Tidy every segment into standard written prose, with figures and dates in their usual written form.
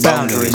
Boundaries.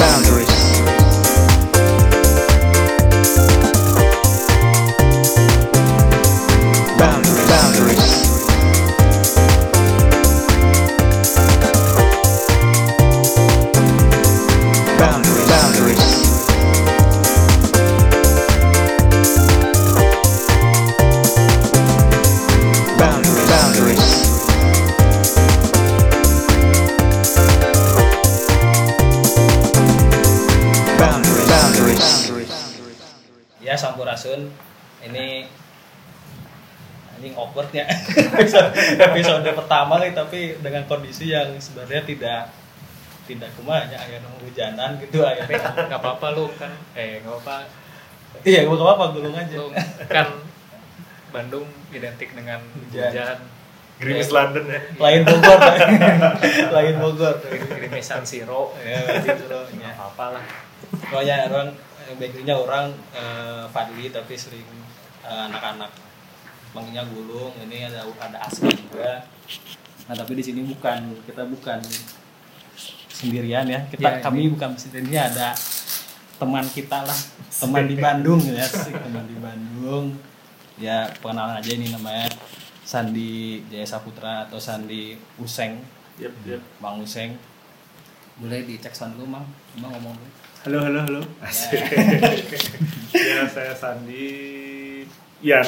Ya, Sampurasun. Ini anjing awkward ya. episode pertama nih, tapi dengan kondisi yang sebenarnya tidak kumanya aya hujanan gitu akhirnya. Nggak apa-apa lu kan nggak apa-apa. Iya, gak apa-apa, gulung aja. Lu kan Bandung identik dengan hujan. Gerimis London ya. Lain Bogor. Lain Bogor. Gerimis San Siro. Ya, gitu loh. Nggak apa-apa lah. Pokoknya orang backgroundnya orang Fadli, tapi sering anak-anak manggilnya Gulung. Ini ada Asli juga. Nah, tapi di sini kita bukan sendirian ya. Kami bukan sendirian, ada teman kita lah, teman di Bandung ya, teman di Bandung. Ya, perkenalan aja, ini namanya Sandi Jaya Saputra atau Sandi Useng. Yep. Bang Useng. Boleh dicek sound dulu, Mang. Bang ngomong dulu. Halo. Asik. Ya, saya Sandi. Ya,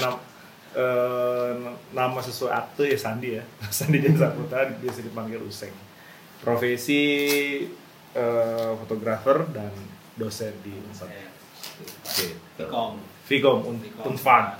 nama sesuai akte ya Sandi ya. Sandi Jaya Saputra, biasa dipanggil Useng. Profesi fotografer dan dosen di Unpad. Vkom Unpad.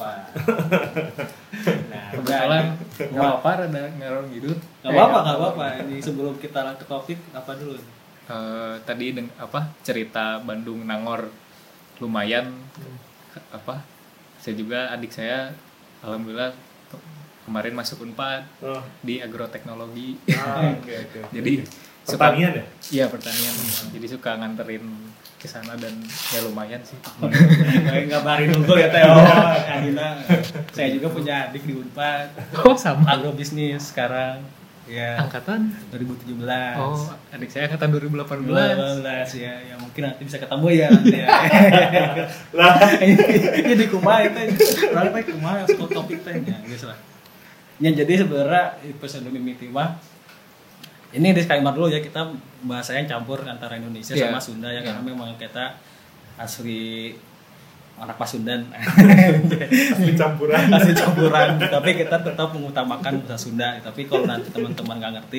Nah, Kebetulan nggak apa-apa ada ngerong gitu. Nggak apa-apa. Ini sebelum kita lanjut ke topik, apa dulu? Tadi cerita Bandung Nangor lumayan saya juga adik saya alhamdulillah kemarin masuk Unpad di agroteknologi. Okay. Jadi Pertanian ya? Iya, pertanian. Jadi suka nganterin ke sana dan ya lumayan sih. Ngabarin unggul ya Teo. Adina. Saya juga punya adik di Unpad. Oh, sama. Agrobisnis sekarang. Ya. Angkatan 2017. Oh, adik saya angkatan 2018. 2018 ya mungkin nanti bisa ketemu ya nanti ya. Lah, Jadi kumaha teh. Urang teh kumaha topik teh nya geus lah. Ya, jadi sebenarnya episode mimiti mah ini disclaimer dulu ya, kita bahasanya campur antara Indonesia sama Sunda ya, karena memang kita asli anak Pasundan. asli campuran. Tapi kita tetap mengutamakan bahasa Sunda. Tapi kalau nanti teman-teman nggak ngerti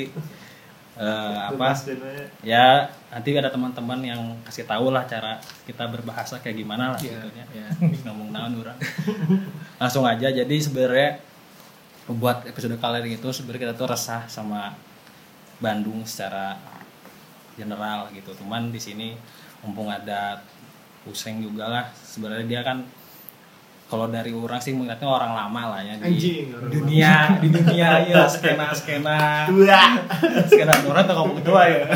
ya nanti ada teman-teman yang kasih tahu lah cara kita berbahasa kayak gimana lah gitunya. Ngomong naon urang. Langsung aja. Jadi sebenarnya buat episode kali ini itu sebenarnya kita tuh resah sama Bandung secara general gitu. Cuman di sini mumpung ada Useng juga lah. Sebenarnya dia kan kalau dari orang sih melihatnya orang lama lah ya di dunia ya, skena orang tuh ngomong tua ya.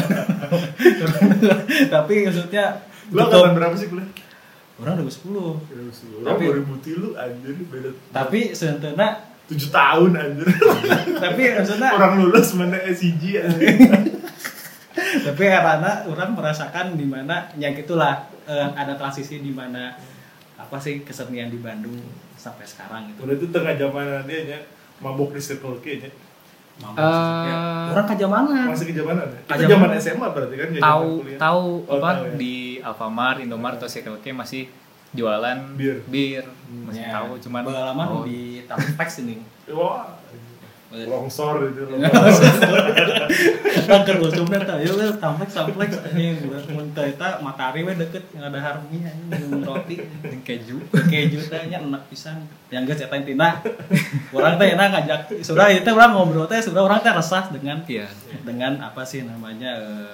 Tapi maksudnya lu angkatan berapa sih kuliah? Orang 2010. Tapi 2003 anjir beda. Tapi sebenarnya 7 tahun anjir. Tapi maksudnya orang lulus mana SCG anjir. Tapi karena orang merasakan di mana yang itulah ada transisi di mana apa sih kesenian di Bandung sampai sekarang gitu. Udah itu tengah zaman dia nya mabok di Circle K nya. Orang kajamanan. Masih kejamanan ya? Itu zaman SMA berarti kan? Tahu di Alfamart, Indomaret atau Circle K masih jualan bir. Masih tahu, cuman pengalaman di Tampex ini. Wah, longsor itu. Kan kostumnya tah, yuk Tampex ini muntah eta Matahari we deket ada Harmony minum roti keju teh nya enak pisan. Yang geus eta intina. Urang teh enak ngajak sudah itu urang ngobrol teh sudah urang teh resah dengan apa sih namanya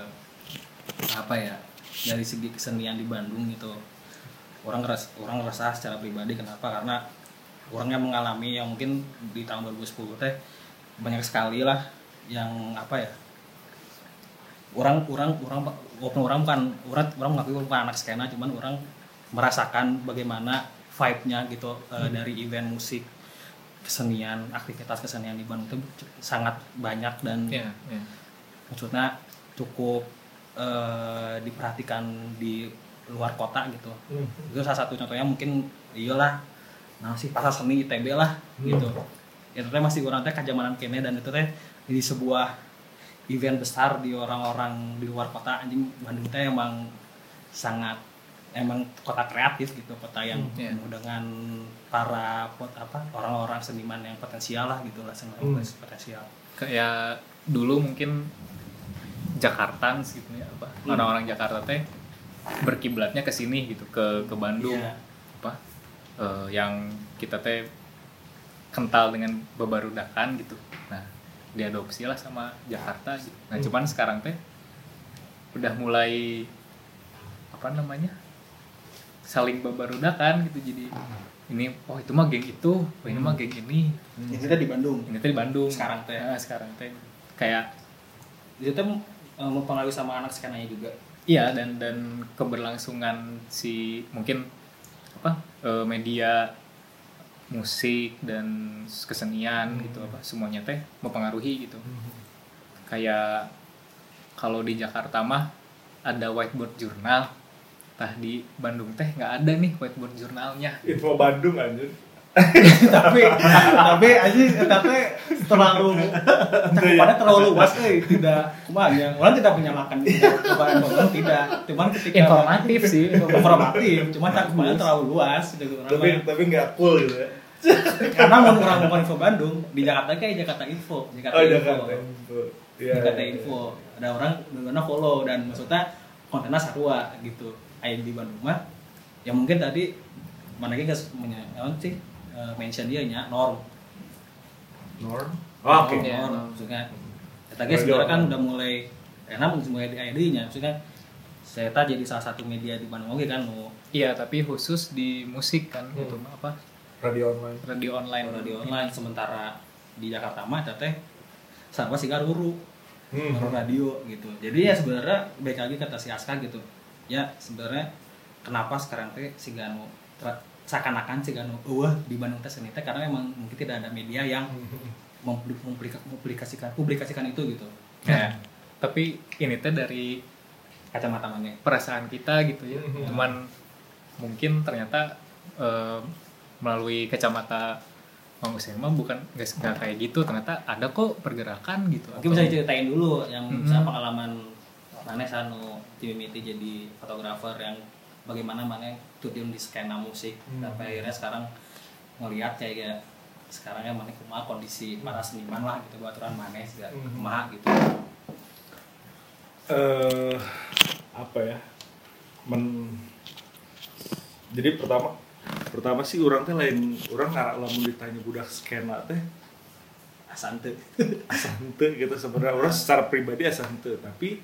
dari segi kesenian di Bandung gitu. Orang resah secara pribadi. Kenapa? Karena orangnya mengalami yang mungkin di tahun 2010 teh banyak sekali lah yang orang mengakui bukan anak skena, cuman orang merasakan bagaimana vibe-nya gitu dari event musik, kesenian, aktivitas kesenian di Bandung itu sangat banyak dan maksudnya cukup diperhatikan di luar kota gitu. Itu salah satu contohnya mungkin iyalah pasar seni ITB lah gitu. Itu teh masih urang teh kajamanan kene dan itu teh di sebuah event besar di orang-orang di luar kota. Anjing Bandung teh emang kota kreatif gitu, kota yang penuh dengan para orang-orang seniman yang potensial lah gitu lah, seniman potensial. Kayak dulu mungkin Jakarta gitu ya, orang-orang Jakarta teh berkiblatnya ke sini gitu, ke Bandung. Yang kita teh kental dengan bebarudakan gitu. Nah, diadopsi lah sama Jakarta gitu. Nah, cuman sekarang teh udah mulai saling bebarudakan gitu, jadi ini itu mah geng itu, ini mah geng ini. Ini teh di Bandung. Sekarang teh kayak itu teh mempengaruhi sama anak skenanya juga. Iya, dan keberlangsungan si mungkin media musik dan kesenian gitu semuanya teh mempengaruhi gitu. Kayak kalau di Jakarta mah ada whiteboard jurnal. Tah di Bandung teh nggak ada nih whiteboard jurnalnya. Info Bandung anjir. tapi anjing eta teh terlalu cakupannya terlalu luas tidak kumaha orang tidak menyalahkan Bandung tidak, cuman ketika informatif sih, cuman cakupannya terlalu luas gitu. Tapi nggak cool gitu ya. Karena mau orang info Bandung di Jakarta kayak Jakarta Info. Jakarta Info. Ada orang benar follow dan maksudnya kontennya sarua gitu. Ayo di Bandung mah ya mungkin tadi mana lagi mention dia nya Norm. Oke. Norm maksudnya tadi sebenarnya kan udah mulai mulai di ID-nya maksudnya saya jadi salah satu media di Bandung oke kan. Iya, tapi khusus di musik kan gitu radio online sementara di Jakarta mah teh sarua sih garuru radio gitu. Jadi ya sebenarnya baik lagi kata si Aska gitu. Ya sebenarnya kenapa sekarang teh Sigano seakan-akan Sigano di Bandung teh seni teh karena memang mungkin tidak ada media yang publikasikan itu gitu. Kayak tapi ini teh dari kacamata mana? Perasaan kita gitu ya. Cuman mungkin ternyata melalui kacamata Mang Usen mah bukan nggak kayak gitu, ternyata ada kok pergerakan gitu. Mungkin bisa diceritain dulu yang pengalaman mana sanu Timimiti jadi fotografer yang bagaimana mana terjun di skena musik sampai akhirnya sekarang ngelihat kayak sekarangnya mana kumaha kondisi para seniman lah gitu baturan mana segala kumaha gitu. Jadi pertama sih orang teh lain orang lamun ditanya budak skena teh asante gitu sebenarnya orang secara pribadi asante, tapi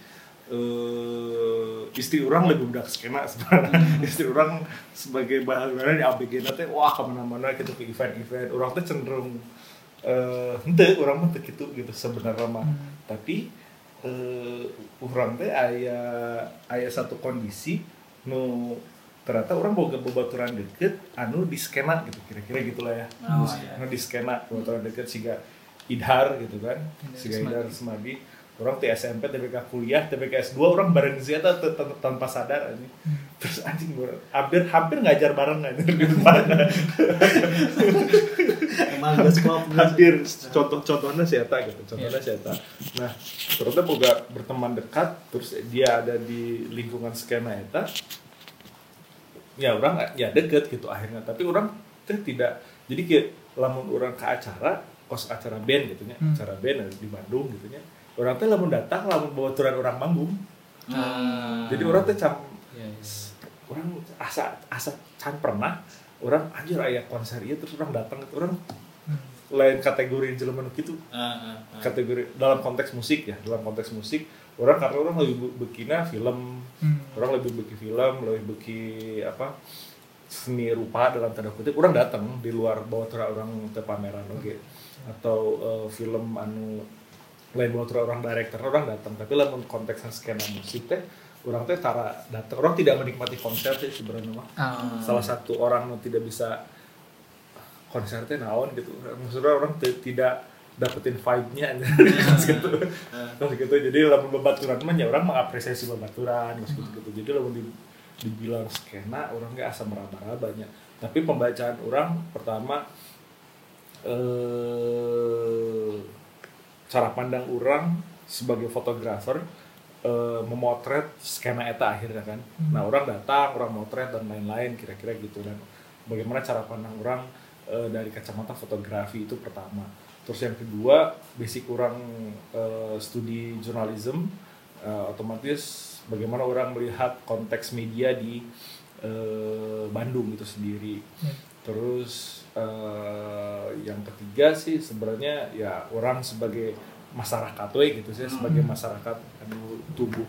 istri orang lebih budak skena sebenarnya. Istri orang sebagai bahan di ABG teh kemana-mana gitu ke event-event orang teh cenderung orang mah teh gitu sebenarnya mah. Tapi orang teh aya satu kondisi ternyata orang boga babaturan deket di skena gitu kira-kira gitulah ya. Di skena babaturan deket siga Idhar gitu kan, siga Idhar Semadi. Orang di SMP, TBK kuliah, TBK S2 orang bareng dia tanpa sadar anjing. Terus anjing hampir ngajar bareng aja di depan. Emang geus hampir contohnya si eta gitu. Nah, ternyata boga berteman dekat, terus dia ada di lingkungan skena eta. Ya orang ya deket gitu akhirnya, tapi orang teh tidak. Jadi kayak lamun orang ke acara band gitu nya, acara band di Bandung gitu nya. Orang teh lamun datang lamun bawa turan orang manggung. Jadi orang teh orang asa can pernah orang anjir aya konser ieu terus orang datang gitu. Orang lain kategori jelema nu kitu. Kategori dalam konteks musik ya, orang karena orang lebih bekina film. Orang lebih beki film, lebih beki seni rupa dalam tanda kutip. Orang datang di luar bawa turan orang teh pameran oge atau film anu lain bawa orang director orang datang, tapi lamun konteksnya skena musik teh orang teh tara datang, orang tidak menikmati konser sih sebenarnya mah. Salah satu orang yang tidak bisa konser teh naon gitu, maksudnya orang tidak dapetin vibe-nya gitu. Terus gitu. Jadi lamun babaturan mah ya orang mengapresiasi babaturan gitu. Jadi lamun dibilang skena orang ge asa meraba-rabanya. Tapi pembacaan orang pertama cara pandang orang sebagai fotografer memotret skena eta akhirnya kan. Nah, orang datang, orang motret dan lain-lain kira-kira gitu. Dan bagaimana cara pandang orang dari kacamata fotografi itu pertama. Terus yang kedua, basic orang studi jurnalism, otomatis bagaimana orang melihat konteks media di Bandung itu sendiri. Terus yang ketiga sih sebenarnya ya orang sebagai masyarakat gitu sih, sebagai masyarakat anu tubuh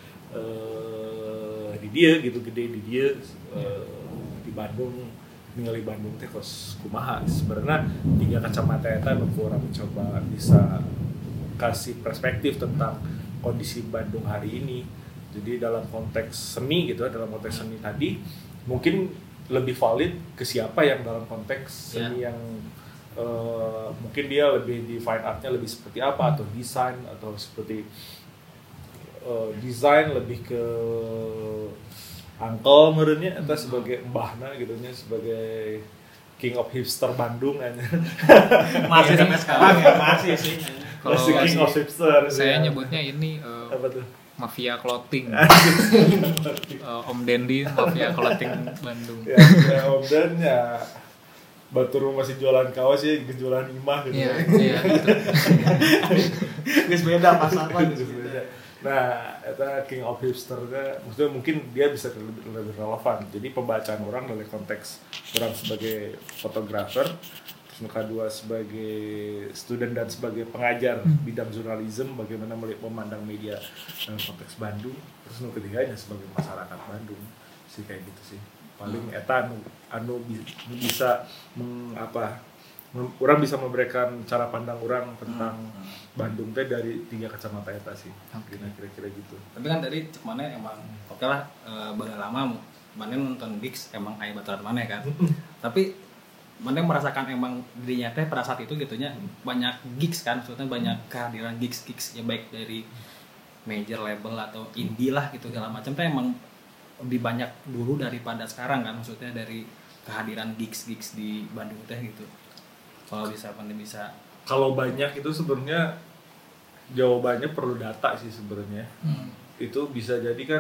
di dia gitu, gede di dia di Bandung, ningali Bandung teh kos kumaha. Sebenarnya 3 kacamata eta nu orang coba bisa kasih perspektif tentang kondisi Bandung hari ini. Jadi dalam konteks seni gitu, dalam konteks seni tadi mungkin lebih valid ke siapa yang dalam konteks seni yang mungkin dia lebih di fine artnya lebih seperti apa, atau desain, atau seperti desain lebih ke uncle merenya atau sebagai mbahna gitu nya, sebagai king of hipster Bandung aja. Masih sampai sekarang ya, masih sih. Kalau king of hipster saya ya. nyebutnya ini Apa tuh? mafia clothing. Om Dendi mafia clothing Bandung. Ya, Om Den ya batur masih jualan kaos ya, jualan imah gitu. Iya, iya gitu. Geus beda pasarnya Geus beda. Nah, itu king of hipster-nya, maksudnya mungkin dia bisa lebih relevan. Jadi pembacaan orang dari konteks orang sebagai fotografer, terus yang kedua sebagai student dan sebagai pengajar bidang jurnalisme, bagaimana memandang media dalam konteks Bandung, terus yang ketiganya sebagai masyarakat Bandung sih, kayak gitu sih. Paling eta anu bisa orang bisa memberikan cara pandang orang tentang Bandung teh dari 3 kacamata eta sih. Kira-kira gitu. Tapi kan tadi cek mana emang oke lah, baru lama mana nonton gigs emang aya baturan mana kan. Tapi mana merasakan emang dirinya teh pada saat itu gitunya banyak gigs kan, maksudnya banyak kehadiran gigs ya, baik dari major label atau indie lah gitu segala macam teh emang lebih banyak dulu daripada sekarang kan, maksudnya dari kehadiran gigs di Bandung teh gitu. Kalau bisa pandai bisa. Kalau banyak itu sebenarnya jawabannya perlu data sih sebenarnya. Itu bisa jadi kan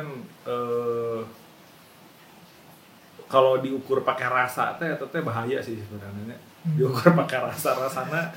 kalau diukur pakai rasa teh bahaya sih sebenarnya. Diukur pakai rasana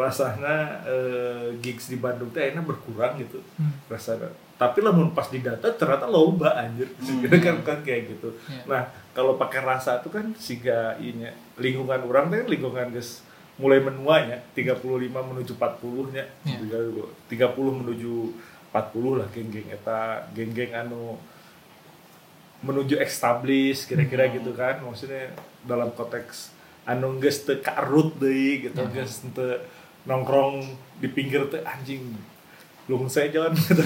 gigs di Bandung teh akhirnya berkurang gitu. Rasanya. Tapi lamun pas di data ternyata loba anjir. Kan kayak gitu. Nah, kalau pakai rasa itu kan siga ini lingkungan orang teh lingkungan geus mulai menuanya 35 menuju 40 nya. 30 menuju 40 lah geng-geng eta, geng-geng anu menuju establish kira-kira gitu kan. Maksudnya dalam konteks anu geus teu karut deui gitu, geus teu nongkrong di pinggir teh anjing lungsai jalan gitu.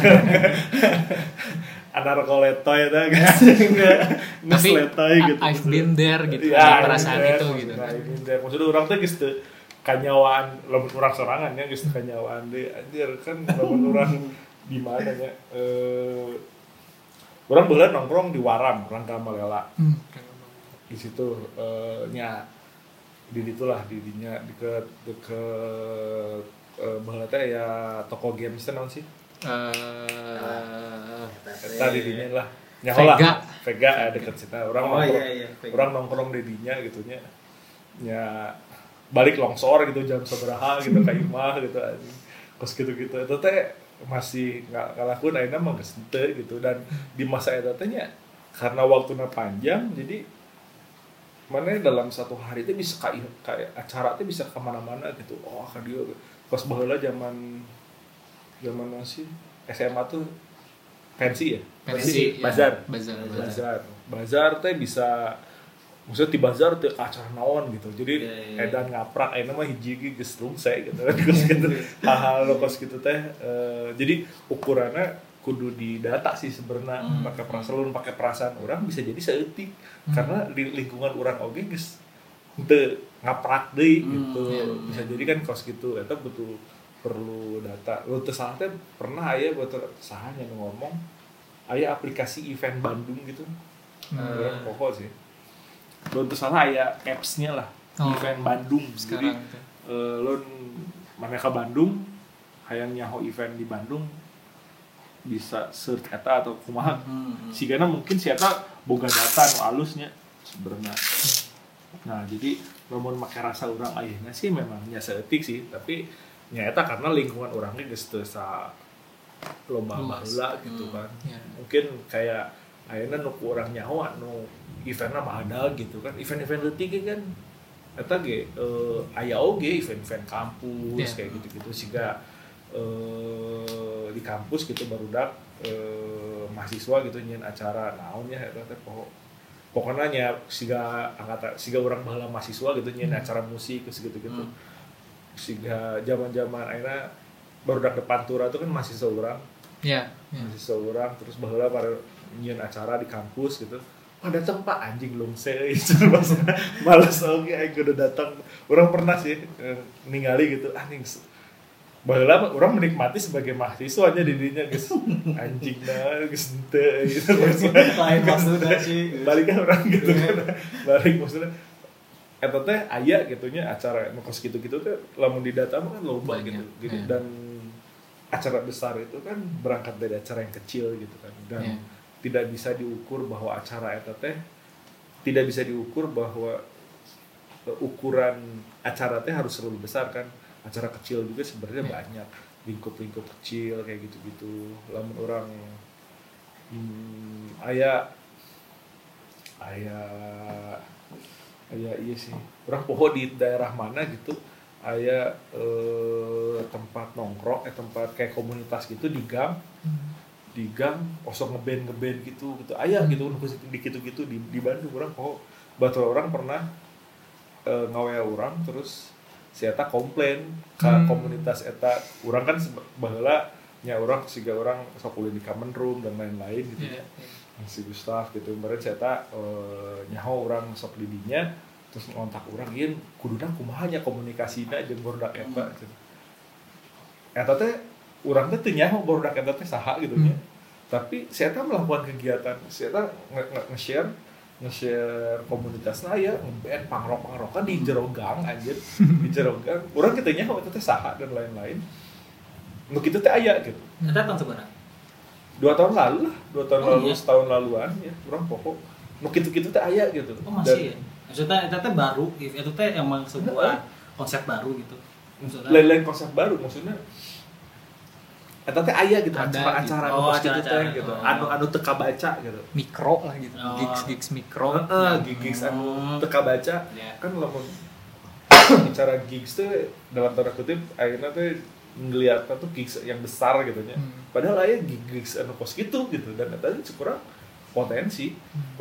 Anarkoletoy eta guys. Tapi gitu. I've been there gitu, Ya, ada perasaan itu gitu. Nah, maksudnya orang teh geus teu kanyawaan, lamun urang sorangan ya geus teu kanyawaan deui anjir kan, lamun urang di mana nya urang baheula nongkrong di Waram, Rangka Malela. Di situ nya di ditulah didinya deket baheula teh ya toko games teh naon sih? Tadi dinya lah. Vega deket situ. Orang nongkrong di dinya gitu nya. Ya balik longsor gitu jam sabaraha gitu ka imah gitu anjing. Kos gitu-gitu eta teh masih enggak ngalakuin ayeuna mah geus teu gitu, dan di masa eta teh nya karena waktuna panjang jadi mana dalam satu hari itu bisa kayak acara itu bisa kemana-mana gitu. Oh kan dia pas baheula zaman masih SMA tuh pensi ya, bazar teh bisa maksudnya di bazar teh acara naon gitu. Jadi edan ngaprak ayeuna mah hiji geus lungsai gitu kan. Hal-hal kos gitu teh jadi ukurannya kudu di data sih sebenarnya. Pakai perasaan orang bisa jadi saeutik karena di lingkungan orang oge geus teu ngaprak deui gitu. Bisa jadi kan kos gitu eta butuh perlu data. Lu teu salah teh pernah aya buat sahanya ngomong aya aplikasi event Bandung gitu. Orang pokok sih. Lu teu salah aya apps-nya lah. Event Bandung. Sekarang jadi lu mana ke Bandung hayang nyaho event di Bandung bisa search eta atau kumaha. Sigana mungkin si eta boga data nu alusnya sebenarnya. Nah, jadi lamun make rasa urang ayeuna sih memang nya saeutik sih, tapi nya eta karena lingkungan urangnya geus teu sa loba baheula gitu kan. Mungkin kayak ayeuna nu ku urang nyaho anu eventna mah ada gitu kan. Event-event leutik kan eta ge aya oge event-event kampus kayak gitu-gitu siga di kampus gitu barudak mahasiswa gitu nyeun acara naon ya eta teh pokoknya nya siga angkatan siga urang baheula mahasiswa gitu nyeun acara musik gitu-gitu. Siga zaman-zaman ayeuna barudak depan tura itu kan mahasiswa urang. Mahasiswa urang terus baheula pada nyeun acara di kampus gitu. Datang Pak anjing lungse itu malas oke aing kudu datang. Urang pernah sih ningali gitu anjing baheula urang menikmati sebagai mahasiswa aja di dinya geus anjingna geus teu gitu lain maksudnya sih baliknya urang gitu kan balik maksudnya eta teh aya gitunya acara ngekos gitu-gitu teh lamun di data mah kan loba gitu dan acara besar itu kan berangkat dari acara yang kecil gitu kan dan tidak bisa diukur bahwa acara eta teh tidak bisa diukur bahwa ukuran acara teh harus lebih besar kan. Acara kecil juga sebenarnya banyak lingkup-lingkup kecil kayak gitu-gitu. Lamun orang aya iya sih. Orang poho di daerah mana gitu aya tempat nongkrong tempat kayak komunitas gitu di gang. Di gang osok ngeband gitu aya gitu di gitu-gitu di Bandung orang poho batur orang pernah ngawe orang terus si eta komplain ke komunitas eta urang kan baheula nya urang siga urang sok kuliah di common room dan lain-lain gitu ya. Si Gustaf gitu meureun si eta nyaho urang sok di dinya terus ngontak urang ieu kuduna kumaha nya komunikasina jeung barudak eta gitu. Eta teh urang teh teu nyaho barudak eta teh saha gitu nya. Tapi si eta melakukan kegiatan si eta nge-share komunitasna ya ngeband pangrok-pangrokan di jero gang anjir di jero gang urang kitu nya eta teh saha dan lain-lain nu kitu teh aya gitu eta tahun seberapa 2 tahun lalu lah 2 tahun lalu setahun laluan ya urang pokok nu kitu-kitu teh aya gitu masih ya maksudnya eta teh baru itu teh emang sebuah konsep baru gitu maksudnya lain-lain konsep baru maksudnya eta teh aya gitu acara-acara gitu. Gitu teh gitu anu teka baca gitu mikro lah gitu gigs mikro gigs anu teka baca kan lamun bicara gigs teh dalam tanda kutip akhirnya teh ngeliatnya tuh gigs yang besar gitu nya padahal aya gigs anu kos gitu dan eta cukup potensi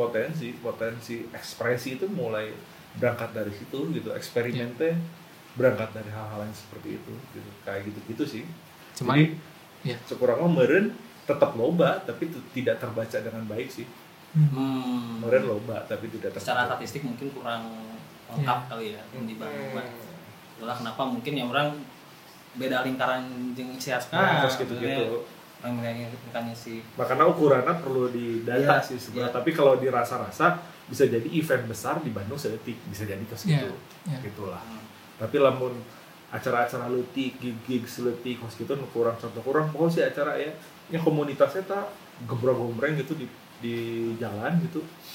ekspresi itu mulai berangkat dari situ gitu eksperimen teh berangkat dari hal-hal yang seperti itu gitu kayak gitu sih cuman jadi sekurang meureun tetap loba tapi tidak terbaca dengan baik sih. Meureun loba tapi tidak terbaca. Secara statistik mungkin kurang lengkap kali ya di Bandung. Itulah kenapa mungkin ya orang beda lingkaran jeung si Aska gitu. Makanya sih. Makanya ukurannya perlu didata sih sebenarnya. Tapi kalau dirasa-rasa bisa jadi event besar di Bandung seetik bisa jadi ke situ. Gitulah. Tapi lamun acara-acara leutik, gigs leutik, kos gitu kurang contoh kurang pokoknya sih acara ya. Nya komunitasnya tak gebrang-gembreng gitu di jalan gitu.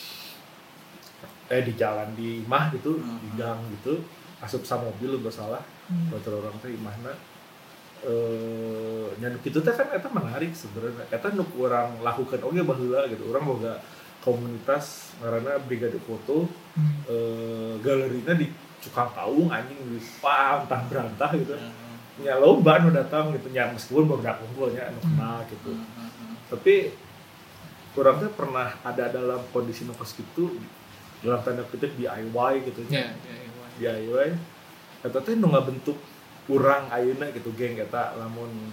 Di jalan di imah gitu, di gang gitu. Asup sa mobil enggak salah. Batur orang teh imahna nya kitu teh kan eta menarik sebenarnya. Eta nu urang lakukeun oge baheula gitu. Urang boga komunitas ngaranna Brigade Foto. Galerina di Cukang Kaung anjing di pantah berantah gitu. Ya loba anu datang gitu nya meskipun baru unggulnya anu kenal gitu. Tapi kurang teh pernah ada dalam kondisi nukos gitu dalam tanda kutip DIY gitu nya. DIY. Eta teh nu ngabentuk urang ayeuna gitu geng eta lamun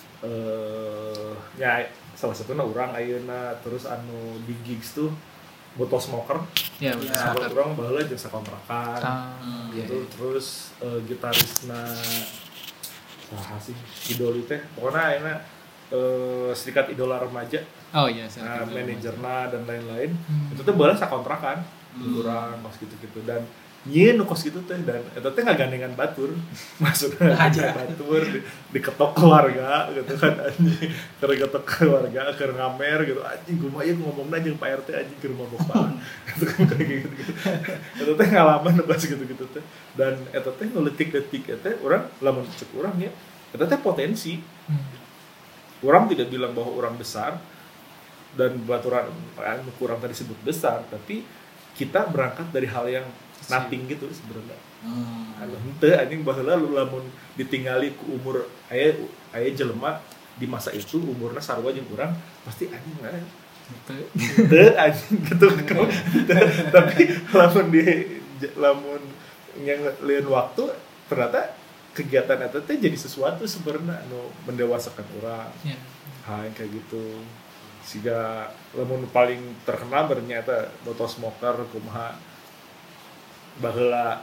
ya salah satunya urang ayeuna terus anu di gigs tuh botol smoker. Ya, Smoker orang baheula jasa kontrakan. Gitu. Terus gitarisna saha sih idol teh pokoknya ayeuna serikat idola remaja. Oh iya, Manajerna dan lain-lain. Itu tuh baheula sakontrakan. Urang kos gitu-gitu dan nyieun nu kos gitu teh dan eta teh ngagandengan batur. Maksudnya batur diketok keluarga gitu kan anjing. Keur ketok keluarga keur ngamer gitu anjing kumaha ieu ngomongna jeung Pak RT anjing keur mabok Pak. Gitu kan kayak gitu. Eta teh ngalaman nu kos gitu-gitu teh dan eta teh nu leutik-leutik teh urang lamun cek urang ya eta teh potensi. Urang tidak bilang bahwa urang besar dan baturan kurang tadi disebut besar tapi kita berangkat dari hal yang nothing gitu sebenarnya. Henteu anjing baheula lamun ditinggali ku umur aya jelema di masa itu umurna sarua jeung urang pasti anjing teu anjing gitu kan. Tapi lamun yang lain waktu ternyata kegiatan eta teh jadi sesuatu sebenarnya anu mendewasakan urang. Hal kayak gitu. Siga lamun paling terkenal ternyata botol smoker kumaha baheula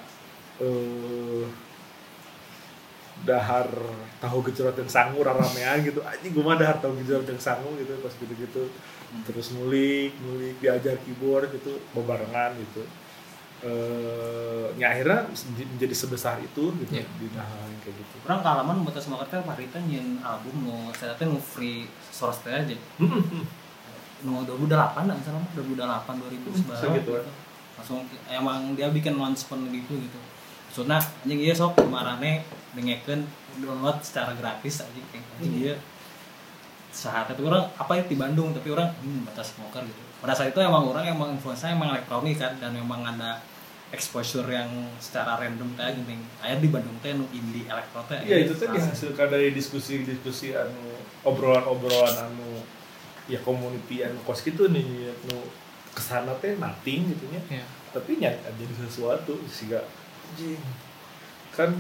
dahar tahu gejrot yang sangu ramean gitu anjing kumaha dahar tahu gejrot yang sangu gitu pas gitu-gitu terus ngulik diajar keyboard gitu bebarengan gitu akhirnya menjadi sebesar itu gitu di dahar kayak gitu. Orang kalaman botol smoker teh parita nyeun album nu saya teh nu free source teh aja. Nu 2008 lah misalnya 2008 2009 gitu. Langsung emang dia bikin launchpad gitu. Maksudnya anjing ieu sok marane dengekeun download secara gratis anjing ieu. Saat itu orang apa ya di Bandung tapi orang batas smoker gitu. Pada saat itu emang influensa emang elektronik kan dan memang ada exposure yang secara random kayak gini. Aya di Bandung teh nu indie elektro teh. Iya itu teh dihasilkan dari diskusi-diskusi anu obrolan-obrolan anu ya community anu kos gitu nih nu kesana teh nothing gitu nya. Tapi nya jadi sesuatu siga anjing. Kan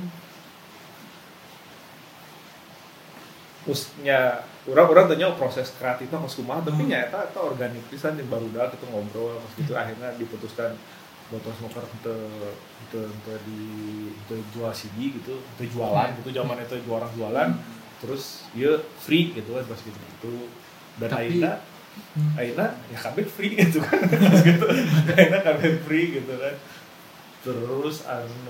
usnya orang tanya proses kreatifnya kos kumaha tapi nya eta organik pisan yang barudak kita ngobrol pas gitu akhirnya diputuskan botol smoker untuk jual CD gitu, untuk jualan gitu zaman itu orang jualan terus ya free gitu kan pas gitu dan akhirnya ya kabeh free gitu kan pas gitu akhirnya kabeh free gitu kan terus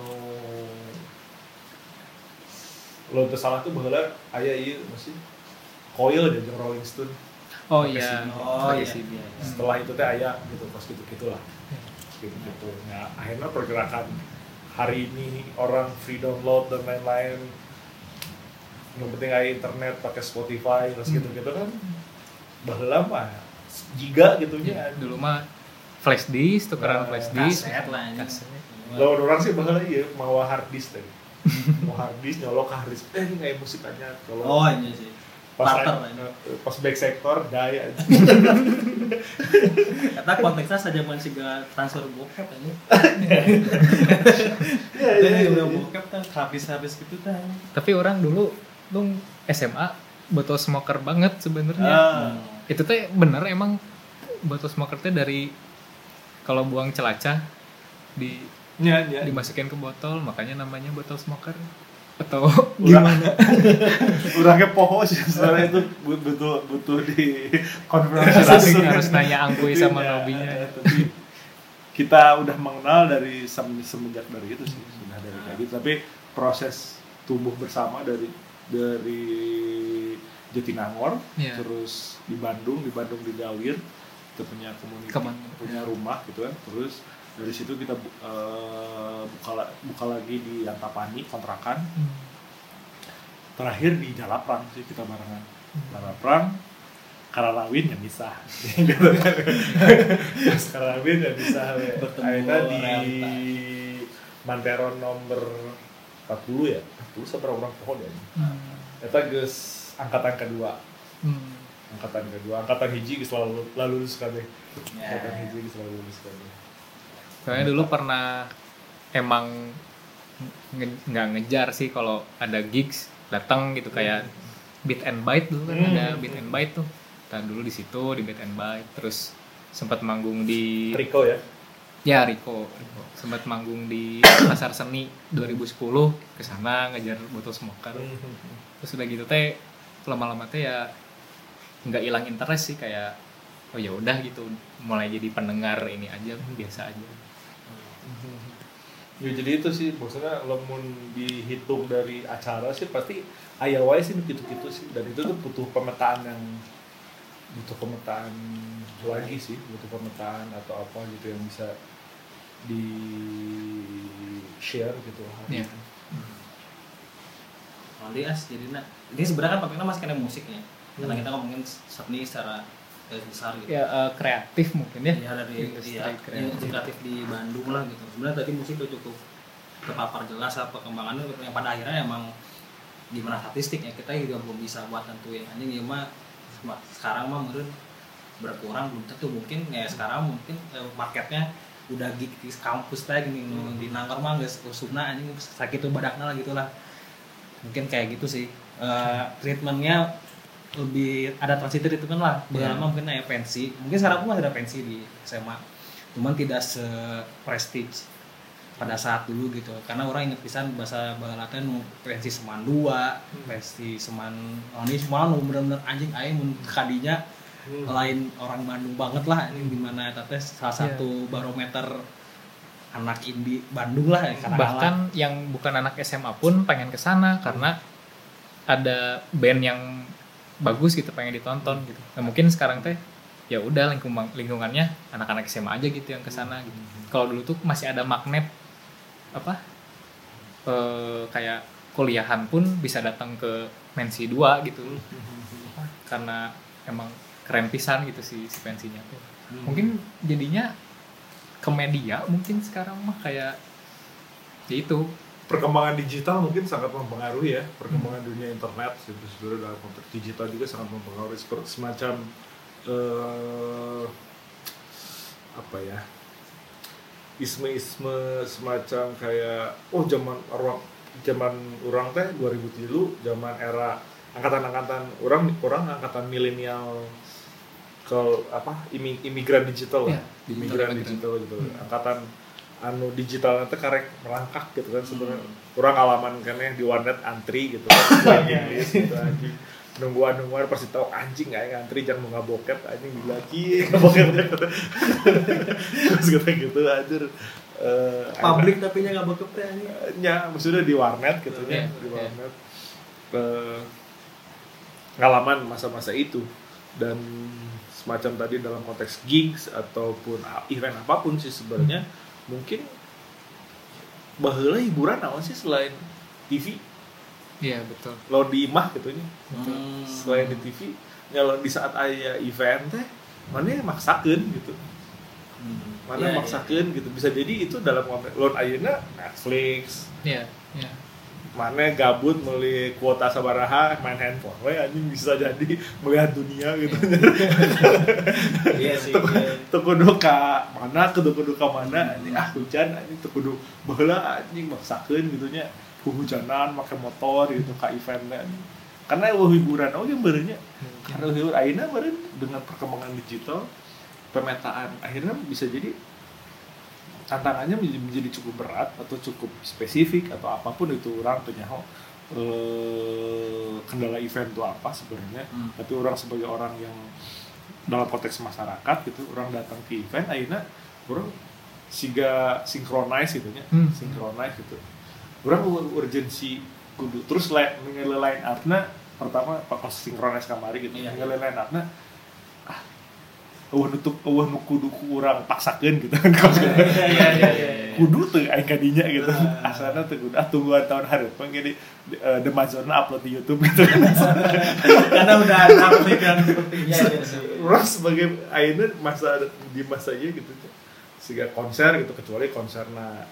lo salah tuh baheula aya ieu masih Coil jeung Rolling Stone. Oh iya. Setelah itu teh aya gitu pas gitulah. Gitu. Nah, akhirnya pergerakan hari ini orang free download dan lain-lain. Yang penting aya internet pakai Spotify terus gitu-gitu kan. Baheula mah giga gitu nya. Dulu mah flash disk, tukeran flash disk. Lawan orang sih baheula ieu mawa hard disk teh. Mau hard disk nyolok ke hard disk. Ini kayak musik aja kalau. Oh iya sih. Pas back sektor daya aja. Kata konteksnya saja masih gak transfer bokep aja. Iya. Udah bokep kan habis gitu kan. Tapi orang dulu SMA botol smoker banget sebenarnya. Itu teh bener emang botol smoker teh dari kalau buang celacah dimasukin ke botol makanya namanya botol smoker. Atau gimana? Urangnya poho sih soalnya itu butuh di konfirmasi harus nanya Angkuy sama Nobinya. Tapi kita udah mengenal dari semenjak dari itu sih sudah dari kayak gitu. Tapi proses tumbuh bersama dari Jatinangor terus di Bandung di Dawir kita punya komunitas punya rumah gitu kan terus dari situ kita buka lagi di Antapani kontrakan terakhir di Jalaprang sih kita barengan Jalaprang Kararawin yang bisa Kararawin yang bisa akhirnya di Manteron nomor 40 ya 40 seberapa orang pohon ya itu guys angkatan kedua angkatan hiji selalu lulus sekali angkatan hiji selalu lulus sekali. Soalnya dulu pernah emang nggak ngejar sih kalau ada gigs datang gitu kayak Beat and Bite dulu kan ada Beat and Bite tuh. Kita dulu di situ di Beat and Bite terus sempat manggung di Riko ya. Ya Riko sempat manggung di Pasar Seni 2010 ke sana ngejar botol smoker. Terus udah gitu teh lama-lama teh ya nggak hilang interest sih, kayak oh ya udah gitu, mulai jadi pendengar ini aja biasa aja. Ya jadi itu sih maksudnya lamun dihitung dari acara sih pasti aya wae sih gitu-gitu sih, dan itu tuh butuh pemetaan lagi sih, butuh pemetaan atau apa gitu yang bisa di share gitu. Iya. Nanti jadi sebenarnya kan topiknya masih kena musiknya, karena kita ngomongin seni secara besar gitu. Ya kreatif mungkin ya. Ya dari kreatif di Bandung lah gitu. Sebenarnya tadi musik udah cukup terpapar jelas apa perkembangannya, yang pada akhirnya emang gimana statistiknya kita juga belum bisa buat tentuin anjing ya mah sekarang mah mungkin berkurang, belum tentu, mungkin ya sekarang mungkin marketnya udah gig di kampus teh gini di Nangor mah geus usumna anjing sakit tuh badakna lah gitulah. Mungkin kayak gitu sih. Treatmentnya lebih ada transit treatment lah. Lama mungkin kayak pensi. Mungkin sekarang pun masih ada pensi di SMA. Cuman tidak se-prestige pada saat dulu gitu. Karena orang inget pisan bahasa Balatnya pensi Seman 2, pensi Seman ini semua bener-bener anjing aing mun kadinya lain orang Bandung banget lah, ini dimana teteh salah satu barometer anak indie Bandung lah. Bahkan yang bukan anak SMA pun pengen kesana karena ada band yang bagus gitu, pengen ditonton gitu. Nah mungkin sekarang teh ya udah lingkungannya anak-anak SMA aja gitu yang kesana gitu. Kalau dulu tuh masih ada magnet apa kayak kuliahan pun bisa datang ke Mensi 2 gitu karena emang keren pisan gitu si pensinya tuh. Mungkin jadinya ke media mungkin sekarang mah kayak ya itu perkembangan digital mungkin sangat mempengaruhi ya, perkembangan dunia internet gitu sebenarnya dalam konteks digital juga sangat mempengaruhi seperti semacam apa ya, isme semacam kayak zaman orang teh 2003 zaman era angkatan orang angkatan milenial ke imigran digital lah, imigran digital gitu, angkatan anu digital nanti karek merangkak gitu kan sebenarnya. Orang alaman kan ya di warnet antri gitu kan Inggris gitu anjing nungguan pasti tahu anjing aing antri jangan mau ngaboket anjing dilagi ngaboketnya terus gitu anjir publik tapi nya ngaboket teh anjing nya maksudnya di warnet gitu nya di warnet ngalaman masa-masa itu. Dan semacam tadi dalam konteks gigs ataupun event apapun sih sebenarnya mungkin baheula hiburan naon sih selain TV. Iya betul. Lo di imah gitu nya. Selain di TV, kalau di saat aya event teh mana maksakeun gitu. Mana maksakeun gitu. Bisa jadi itu dalam konteks lo ayeuna Netflix. Iya. Mana gabut meuli kuota sabaraha main handphone we anjing bisa jadi melihat dunia gitu. Iya sih. Teu kudu ka mana anjing hujan anjing teu kudu baheula anjing maksakeun gitu nya hujanan make motor gitu ka eventnya. Karena hiburan oge beureunya. Karena hiburan ayeuna beureun dengan perkembangan digital pemetaan akhirnya bisa jadi tantangannya menjadi cukup berat atau cukup spesifik atau apapun itu orang tuh nyaho kendala event itu apa sebenarnya. Tapi orang sebagai orang yang dalam konteks masyarakat gitu, orang datang ke event akhirnya orang siga synchronize gitu nya, synchronize gitu. Orang urgensi kudu terus ninggalin line up-na pertama pas synchronize kamari gitu, ninggalin line up-na nu kudu urang paksakeun gitu kan. Kudu teu aing kadinya gitu. Asalna teu kudu tungguan tahun hareupeun ge The Mazona upload di YouTube gitu. Karena udah ada pemikiran seperti itu. Urang sebagai ayeuna di masa ieu gitu. Siga konser gitu kecuali konserna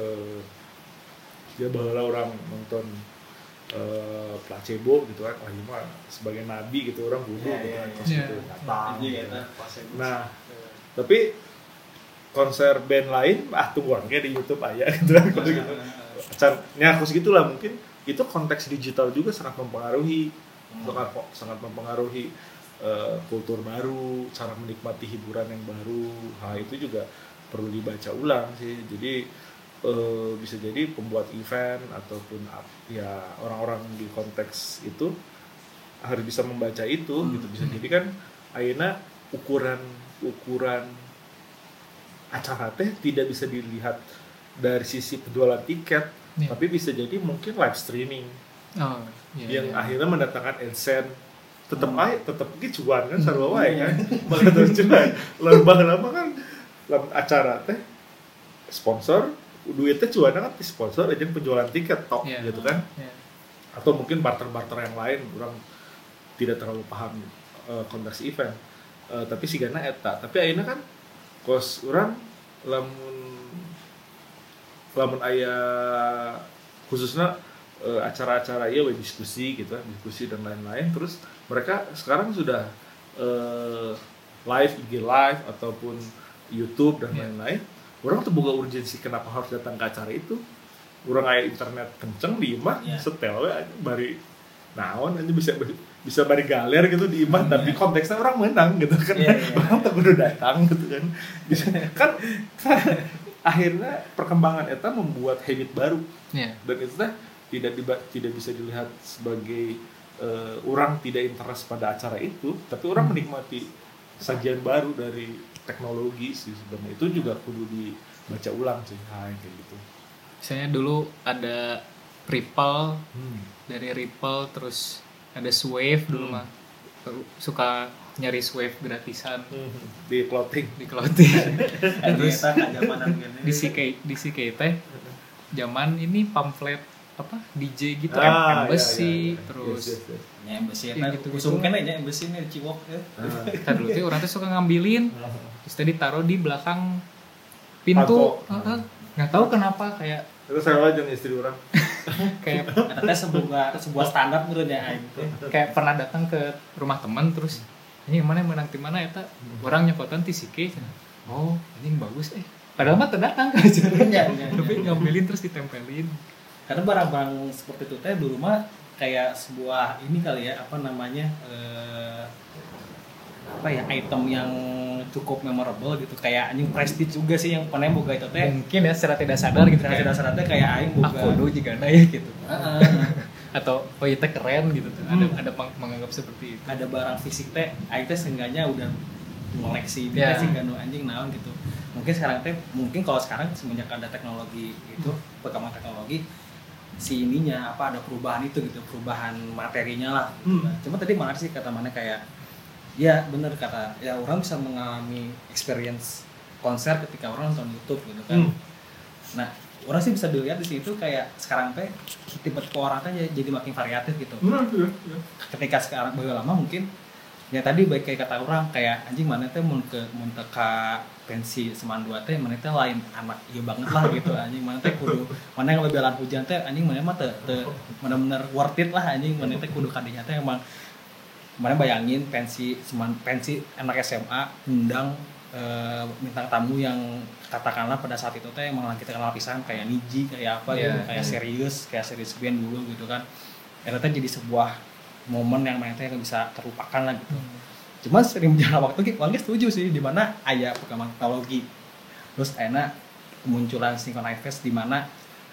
dia baheula urang nonton placebo gitu kan, mah sebagai nabi gitu orang kudu gitu kan gitu datang. Nah, tapi konser band lain tungguan kayak di YouTube aja gitu kan gitu. Acaranya kos gitulah mungkin itu konteks digital juga sangat mempengaruhi sangat mempengaruhi kultur baru, cara menikmati hiburan yang baru. Hal itu juga perlu dibaca ulang sih. Jadi bisa jadi pembuat event ataupun ya orang-orang di konteks itu harus bisa membaca itu gitu. Bisa jadi kan ayeuna ukuran acara teh tidak bisa dilihat dari sisi penjualan tiket, tapi bisa jadi mungkin live streaming yang akhirnya mendatangkan AdSense. Tetap cuan kan sarua wae kan. Bakal cuan. Lama kan acara teh sponsor duitnya cuan kan di sponsor aja penjualan tiket tok gitu kan. Atau mungkin barter-barter yang lain, orang tidak terlalu paham konteks event. Tapi sigana eta, tapi ayeuna kan kos orang lamun aya khususnya acara-acara ieu diskusi gitu, diskusi dan lain-lain, terus mereka sekarang sudah live IG live ataupun YouTube dan lain-lain. Orang tuh boga urgensi kenapa harus datang ke acara itu. Orang aya internet kenceng di imah, setel we bari naon aja bisa bari galer gitu di imah, tapi konteksnya orang menang gitu kan. Orang tak kudu datang gitu kan. Kan akhirnya perkembangan eta membuat habit baru. Dan itu teh tidak bisa dilihat sebagai orang tidak interest pada acara itu, tapi orang menikmati sajian baru dari teknologi sih sebenarnya. Itu juga kudu dibaca ulang sih kayak gitu. Misalnya dulu ada Ripple, dari Ripple terus ada Swave dulu mah suka nyari Swave gratisan di clothing terus di CK teh zaman ini pamflet apa DJ gitu embassy terus embassy eta usum keneh nya embassy ini Ciwok tah dulu teh urang teh suka ngambilin terus tadi taruh di belakang pintu nggak tahu kenapa kayak terus saya aja istri orang kayak ada sebuah standar menurutnya kayak pernah datang ke rumah teman terus ini mana menang tim mana eta orang nyokotan ti CK oh ini bagus padahal mah terdatang ke acaranya tapi ngambilin terus ditempelin. Karena barang-barang seperti itu teh dulu mah kayak sebuah ini kali ya, apa namanya item yang cukup memorable gitu, kayak anjing prestige juga sih yang pernah boga itu teh. Mungkin ya secara tidak sadar gitu, secara tidak sadar teh kayak aing boga kodo juga ya gitu. Atau itu keren gitu tuh. Ada menganggap seperti itu. Ada barang fisik teh aing teh seenggaknya udah ngoleksi teh sih kan anjing naon gitu. Mungkin sekarang teh kalau sekarang semenjak ada teknologi itu, perkembangan teknologi si ininya ada perubahan itu gitu, perubahan materinya lah gitu. Cuma tadi mana sih kata mana kayak ya bener kata ya orang bisa mengalami experience konser ketika orang nonton YouTube gitu kan. Nah orang sih bisa dilihat di situ kayak sekarang teh tipe orang teh jadi makin variatif gitu. Ketika sekarang baru lama mungkin ya tadi baik kayak kata orang kayak anjing mana teh mun ka pensi semandua teh mana teh lain anak ieu banget lah gitu anjing mana teh kudu mana yang bebelan hujan teh anjing mana mah teu bener-bener worth it lah anjing mana teh kudu kadinya teh emang mana bayangin pensi anak SMA undang bintang tamu yang katakanlah pada saat itu teh emang lagi terkenal pisan kayak Niji kayak apa gitu kayak serius band dulu gitu kan. Eta teh jadi sebuah momen yang mana teh nggak bisa terlupakan lah gitu. Cuma sering berjalan waktu warga setuju sih di mana aya perkembangan teknologi. Terus akhirnya kemunculan Synchronize Fest di mana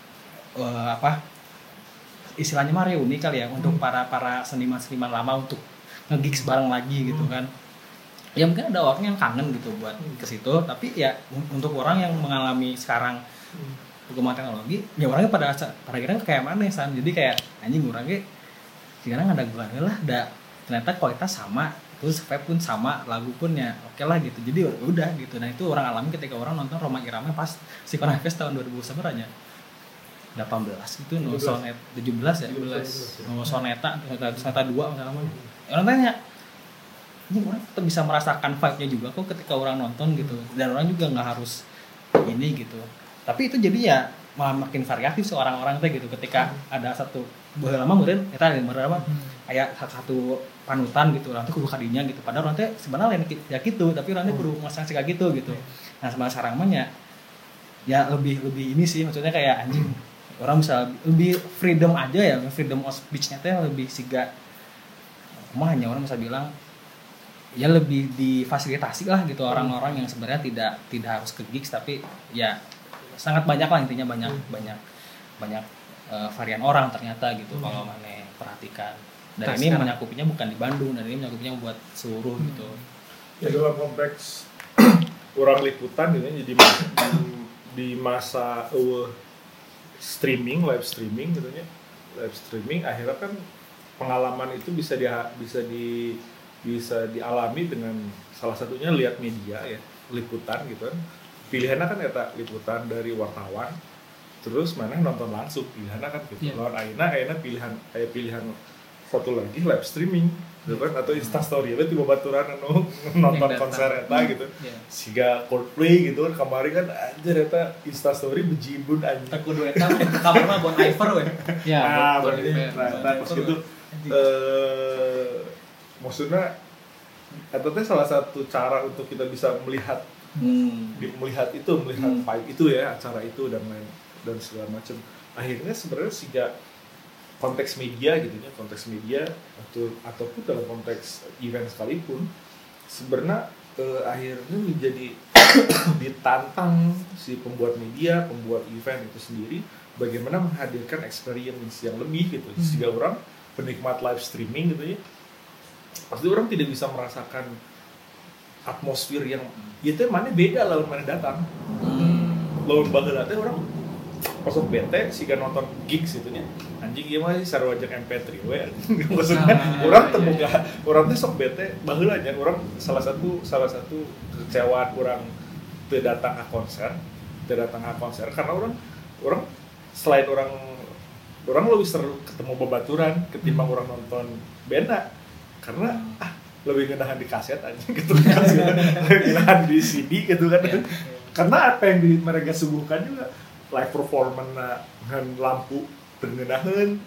istilahnya mah reuni kali ya untuk para seniman lama untuk nge-gigs bareng lagi gitu kan. Ya mungkin ada orang yang kangen gitu buat ke situ, tapi ya untuk orang yang mengalami sekarang perkembangan teknologi, ya orangnya pada akhirnya kayak mana san. Jadi kayak anjing orangnya sekarang ada gue lah, ternyata kualitas sama, terus vibe pun sama, lagu pun ya oke lah gitu. Jadi udah gitu. Nah itu orang alami ketika orang nonton Rhoma Irama pas Synchronize Fest tahun 2000 sebenarnya 18 gitu, no sonet 17 ya, 17 no soneta 2 misalnya. Orang tanya, ini orang tetap bisa merasakan vibe-nya juga kok ketika orang nonton gitu. Dan orang juga nggak harus ini gitu. Tapi itu jadi ya malah makin variatif seorang orang teh gitu. Ketika ada satu lama kemudian kita ada apa kayak satu panutan gitu, orang tuh kudu kadinya gitu. Padahal orang teh sebenarnya lain ya gitu, tapi orang teh kudu ngasang kayak gitu gitu. Nah sama sarang mah ya lebih ini sih, maksudnya kayak anjing orang bisa lebih freedom aja ya, freedom of speech-nya teh lebih siga. Mah hanya orang bisa bilang ya lebih difasilitasi lah gitu orang-orang yang sebenarnya tidak harus ke gigs, tapi ya sangat banyak lah intinya, banyak varian orang ternyata gitu kalau mana perhatikan. Dan ini menyakupinya bukan di Bandung, dan ini menyakupinya buat seluruh gitu. Ya dalam konteks orang liputan gitu, jadi di masa live streaming gitu ya, live streaming akhirnya kan pengalaman itu bisa dialami dengan salah satunya lihat media ya, liputan gitu kan. Pilihannya kan eta liputan dari wartawan, terus mana nonton langsung pilihannya kan gitu. Lawan ayeuna pilihan satu lagi live streaming gitu kan, atau Instastory itu tiba baturan nonton konser eta gitu. Siga Coldplay gitu kan kemarin kan anjir eta Instastory bejibun anjing. Tak kudu eta kamar mah Bon Iver we. Ya, Bon Iver. Nah, pas gitu maksudnya eta teh salah satu cara untuk kita bisa melihat melihat vibe itu ya, acara itu dan lain dan segala macam. Akhirnya sebenarnya siga konteks media gitu ya, konteks media ataupun dalam konteks event sekalipun sebenarnya akhirnya menjadi ditantang si pembuat media, pembuat event itu sendiri bagaimana menghadirkan experience yang lebih gitu. Sehingga orang penikmat live streaming gitu ya, pasti orang tidak bisa merasakan atmosfer yang itu mana beda lawan mana datang. Lawan bageula teh orang pasok bete siga nonton gigs gitu nya. Anjing ieu mah sarua jeung MP3 we. Maksudnya orang terbuka, orang teh sok bete baheula nya orang salah satu kekecewaan orang teu datang ke konser karena orang selain orang lebih seru ketemu babaturan ketimbang orang nonton band karena lebih ngenahan di kaset aja gitu kan, ngenahan di CD gitu kan. Karena apa yang mereka suguhkan juga live performance dengan lampu pengenahan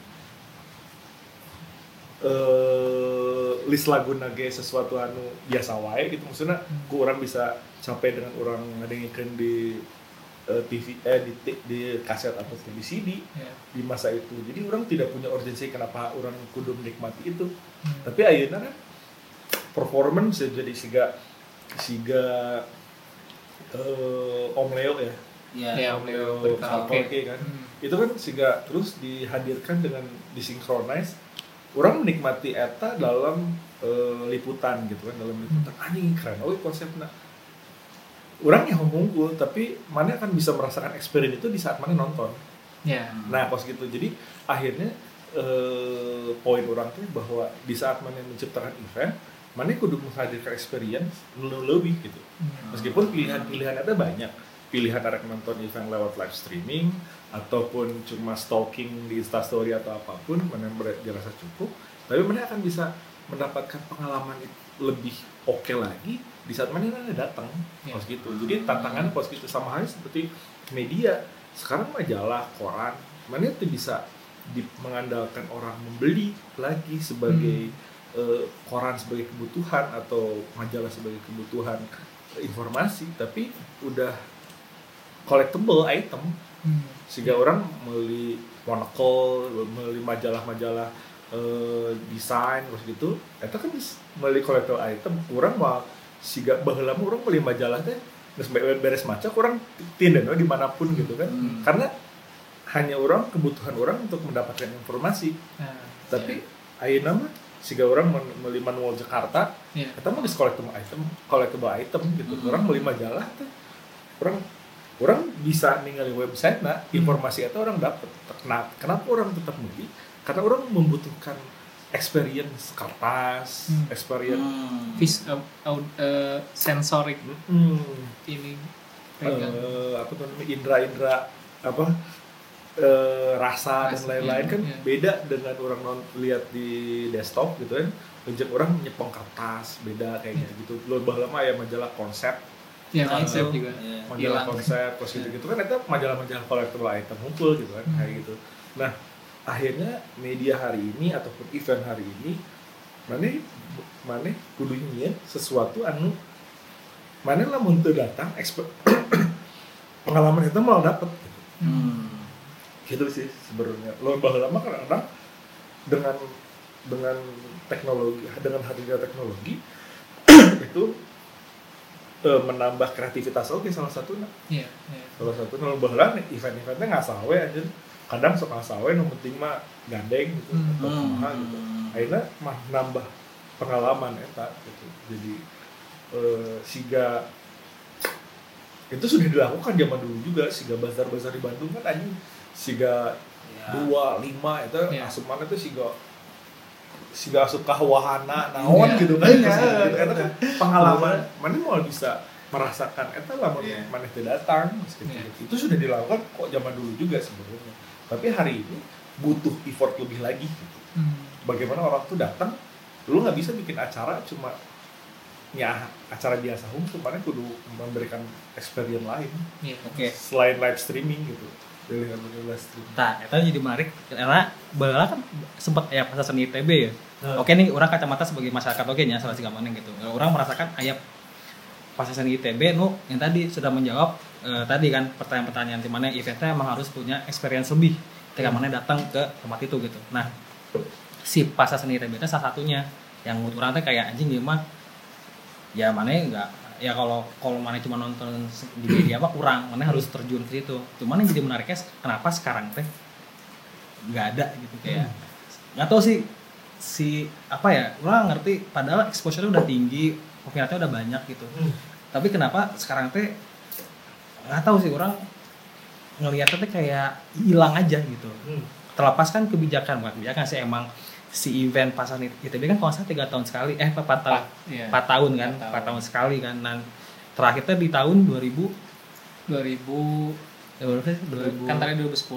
list lagu nage sesuatu anu biasa wae gitu, maksudnya ku orang bisa sampai dengan orang ngadengikeun di TV di kaset atau di CD di masa itu. Jadi orang tidak punya urgensi kenapa orang kudu menikmati itu. Tapi ayeuna kan performance bisa jadi siga Om Leo ya. Ya, Om Leo karaoke kan. Itu kan siga terus dihadirkan dengan disinkronize. Orang menikmati eta dalam liputan gitu kan, dalam liputan anjing keren konsepnya. Orang yang mengunggul, tapi mana akan bisa merasakan experience itu di saat mana nonton. Nah, pas gitu. Jadi akhirnya poin orang tuh bahwa di saat mana menciptakan event, mana kudu menghadirkan experience lebih gitu. Meskipun pilihan-pilihan ada banyak. Pilihan arek nonton event lewat live streaming ataupun cuma stalking di Instastory atau apapun, mana dirasa cukup, tapi mana akan bisa mendapatkan pengalaman lebih oke lagi di saat mana datang pos gitu. Jadi tantangan pos gitu sama halnya seperti media. Sekarang majalah, koran, mana itu bisa mengandalkan orang membeli lagi sebagai koran sebagai kebutuhan atau majalah sebagai kebutuhan informasi, tapi udah collectible item. Sehingga orang beli monocle, beli majalah-majalah desain terus gitu, itu kan beli collectible item. Orang mah siga baheula mah orang beli majalah teh geus beres maca orang tindain dimanapun gitu kan. Karena hanya orang kebutuhan orang untuk mendapatkan informasi. Tapi ayeuna mah siga orang beli manual Jakarta, eta mah geus collectible item gitu. Orang beli majalah teh orang bisa ningali website-na informasi itu orang dapat. Kenapa orang tetap beli? Karena orang membutuhkan experience kertas, experience sensorik ini apa namanya indra rasa dan lain-lain kan beda dengan orang lihat di desktop gitu kan. Penjek orang nyepong kertas beda kayak gitu. Lebih lama ya majalah konsep. Konsep juga. Majalah konsep terus gitu kan itu majalah-majalah collectible item ngumpul gitu kan kayak gitu. Nah, akhirnya media hari ini ataupun event hari ini mana kudu nyian sesuatu anu mana lamun teu datang pengalaman itu malah dapet gitu sih sebenarnya. Lo baheula mah kadang dengan teknologi, dengan hadirnya teknologi itu menambah kreativitas salah satunya. Iya. Salah satu nu baheula event-eventnya ngasal we anjeun. Kadang sok ngasal we nu penting mah gandeng gitu atau kumaha gitu. Akhirnya mah nambah pengalaman eta gitu. Jadi siga itu sudah dilakukan zaman dulu juga, siga bazar-bazar di Bandung kan anjing siga 2, 5 itu asup mana tuh siga asup ka wahana naon gitu kan. Karena kan pengalaman mana mau bisa merasakan eta lah mana teu datang gitu. Itu sudah dilakukan kok zaman dulu juga sebenarnya. Tapi hari ini butuh effort lebih lagi gitu. Bagaimana orang tuh datang, dulu nggak bisa bikin acara cuma ya acara biasa mana kudu memberikan experience lain. Oke. Selain live streaming gitu. Dengan live streaming. Nah, itu jadi menarik karena baheula kan sempat ya pasar seni ITB ya. Oke nih orang kacamata sebagai masyarakat oke nya salah siga maneh gitu. Orang merasakan aya pasar seni ITB nu yang tadi sudah menjawab tadi kan pertanyaan-pertanyaan di mana eventnya emang harus punya experience lebih ketika mana datang ke tempat itu gitu. Nah, si pasar seni ITB itu salah satunya yang menurut orang teh kayak anjing gimana ya mana enggak ya kalau mana cuma nonton di media apa kurang mana harus terjun ke situ. Cuman yang jadi menariknya kenapa sekarang teh nggak ada gitu kayak nggak tahu sih si apa ya orang ngerti padahal exposure-nya udah tinggi peminatnya udah banyak gitu. Tapi kenapa sekarang teh nggak tahu sih orang ngelihatnya teh kayak hilang aja gitu. Terlepas kan kebijakan bukan kebijakan sih emang si event pasar ITB kan kalau nggak 3 tahun sekali 4 tahun kan 4 tahun sekali kan. Dan terakhirnya di tahun 2000 kan tadi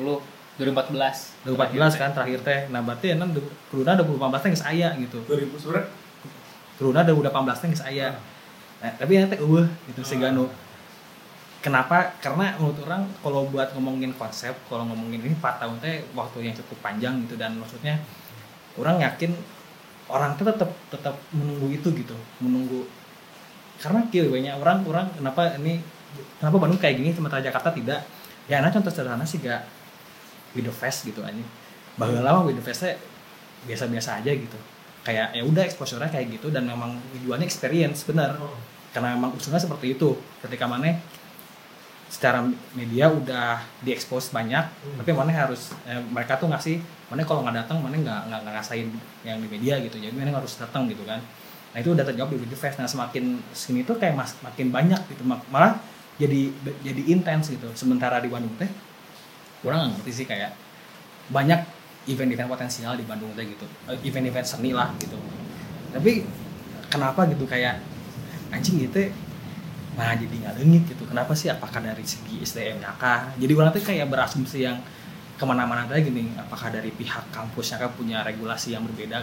2014 kan terakhir teh. Nah berarti kan Corona 2015 teh geus aya gitu. 2000 surat Corona 2018 teh geus aya. Nah, tapi ya teh gitu sehingga kenapa? Karena menurut orang kalau buat ngomongin konsep, kalau ngomongin ini 4 tahun teh waktu yang cukup panjang gitu dan maksudnya orang yakin orang tuh tetap menunggu itu gitu, menunggu karena banyak orang kenapa Bandung kayak gini sementara Jakarta tidak ya. Nah contoh sederhana sih gak with the fest gitu aja baheula lama with the festnya biasa-biasa aja gitu kayak ya udah exposure-nya kayak gitu dan memang tujuannya experience benar karena memang usulnya seperti itu ketika mana secara media udah diekspos banyak tapi mana harus mereka tuh ngasih mana kalau nggak datang mana nggak ngasain yang di media gitu jadi mana harus datang gitu kan. Nah itu udah terjawab di Fest. Nah semakin sini tuh kayak makin banyak gitu malah jadi intens gitu. Sementara di Bandung teh kurang ngerti sih kayak banyak event-event potensial di Bandung teh gitu event-event seni lah gitu tapi kenapa gitu kayak anjing gitu nah jadi ngalengit gitu. Kenapa sih? Apakah dari segi SDM-nya kah? Jadi orang tuh kayak berasumsi yang kemana-mana aja gini. Apakah dari pihak kampusnya kah punya regulasi yang berbeda?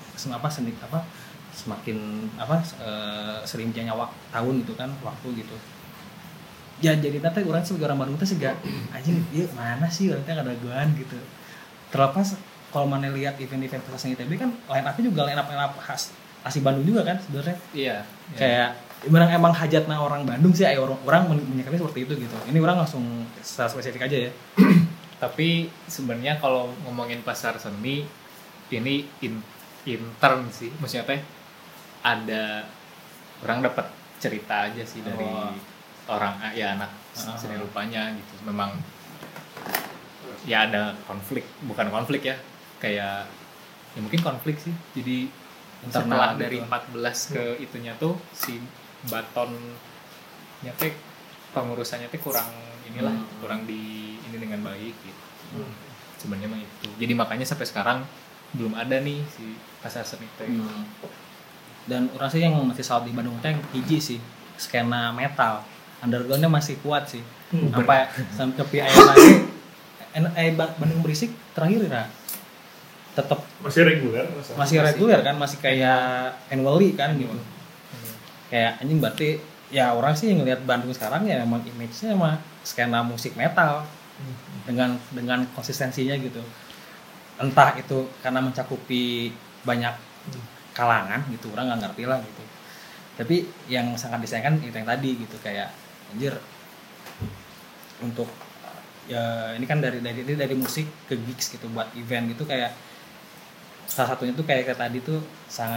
Semakin selinjangnya tahun gitu kan waktu gitu. Ya jadi nanti orang sebagai orang Bandung tuh sih gak anjing iya mana sih orang tuh ada raguan gitu. Terlepas kalau mana lihat event-event pasar ITB kan line up-nya juga line up khas asli Bandung juga kan sebenarnya. Iya. Kayak emang hajatna orang Bandung sih orang menyikapi seperti itu gitu. Ini orang langsung secara spesifik aja ya. Tapi sebenarnya kalau ngomongin pasar seni ini intern sih. Maksudnya teh ada orang dapat cerita aja sih dari orang ya anak seni rupanya gitu. Memang ya ada bukan konflik ya. Kayak ya mungkin konflik sih. Jadi setelah dari 14 ke itunya tuh si batonnya teh pengurusannya teh kurang kurang di ini dengan baik gitu. Sebenarnya mah itu. Jadi makanya sampai sekarang belum ada nih si pasar seni teh. Dan orang sih yang masih salut di Bandung teh hiji sih skena metal. Underground-nya masih kuat sih. Sampai Bandung Berisik terakhir ya. Tetap masih reguler kan masih kayak annually kan gitu. Kayak anjing berarti ya orang sih ngelihat Bandung sekarang ya memang image-nya sama skena musik metal dengan konsistensinya gitu. Entah itu karena mencakupi banyak kalangan gitu, orang nggak ngerti lah gitu. Tapi yang sangat disayangkan itu yang tadi gitu kayak anjir untuk ya ini kan dari musik ke gigs gitu buat event gitu kayak salah satunya tuh kayak tadi tuh sangat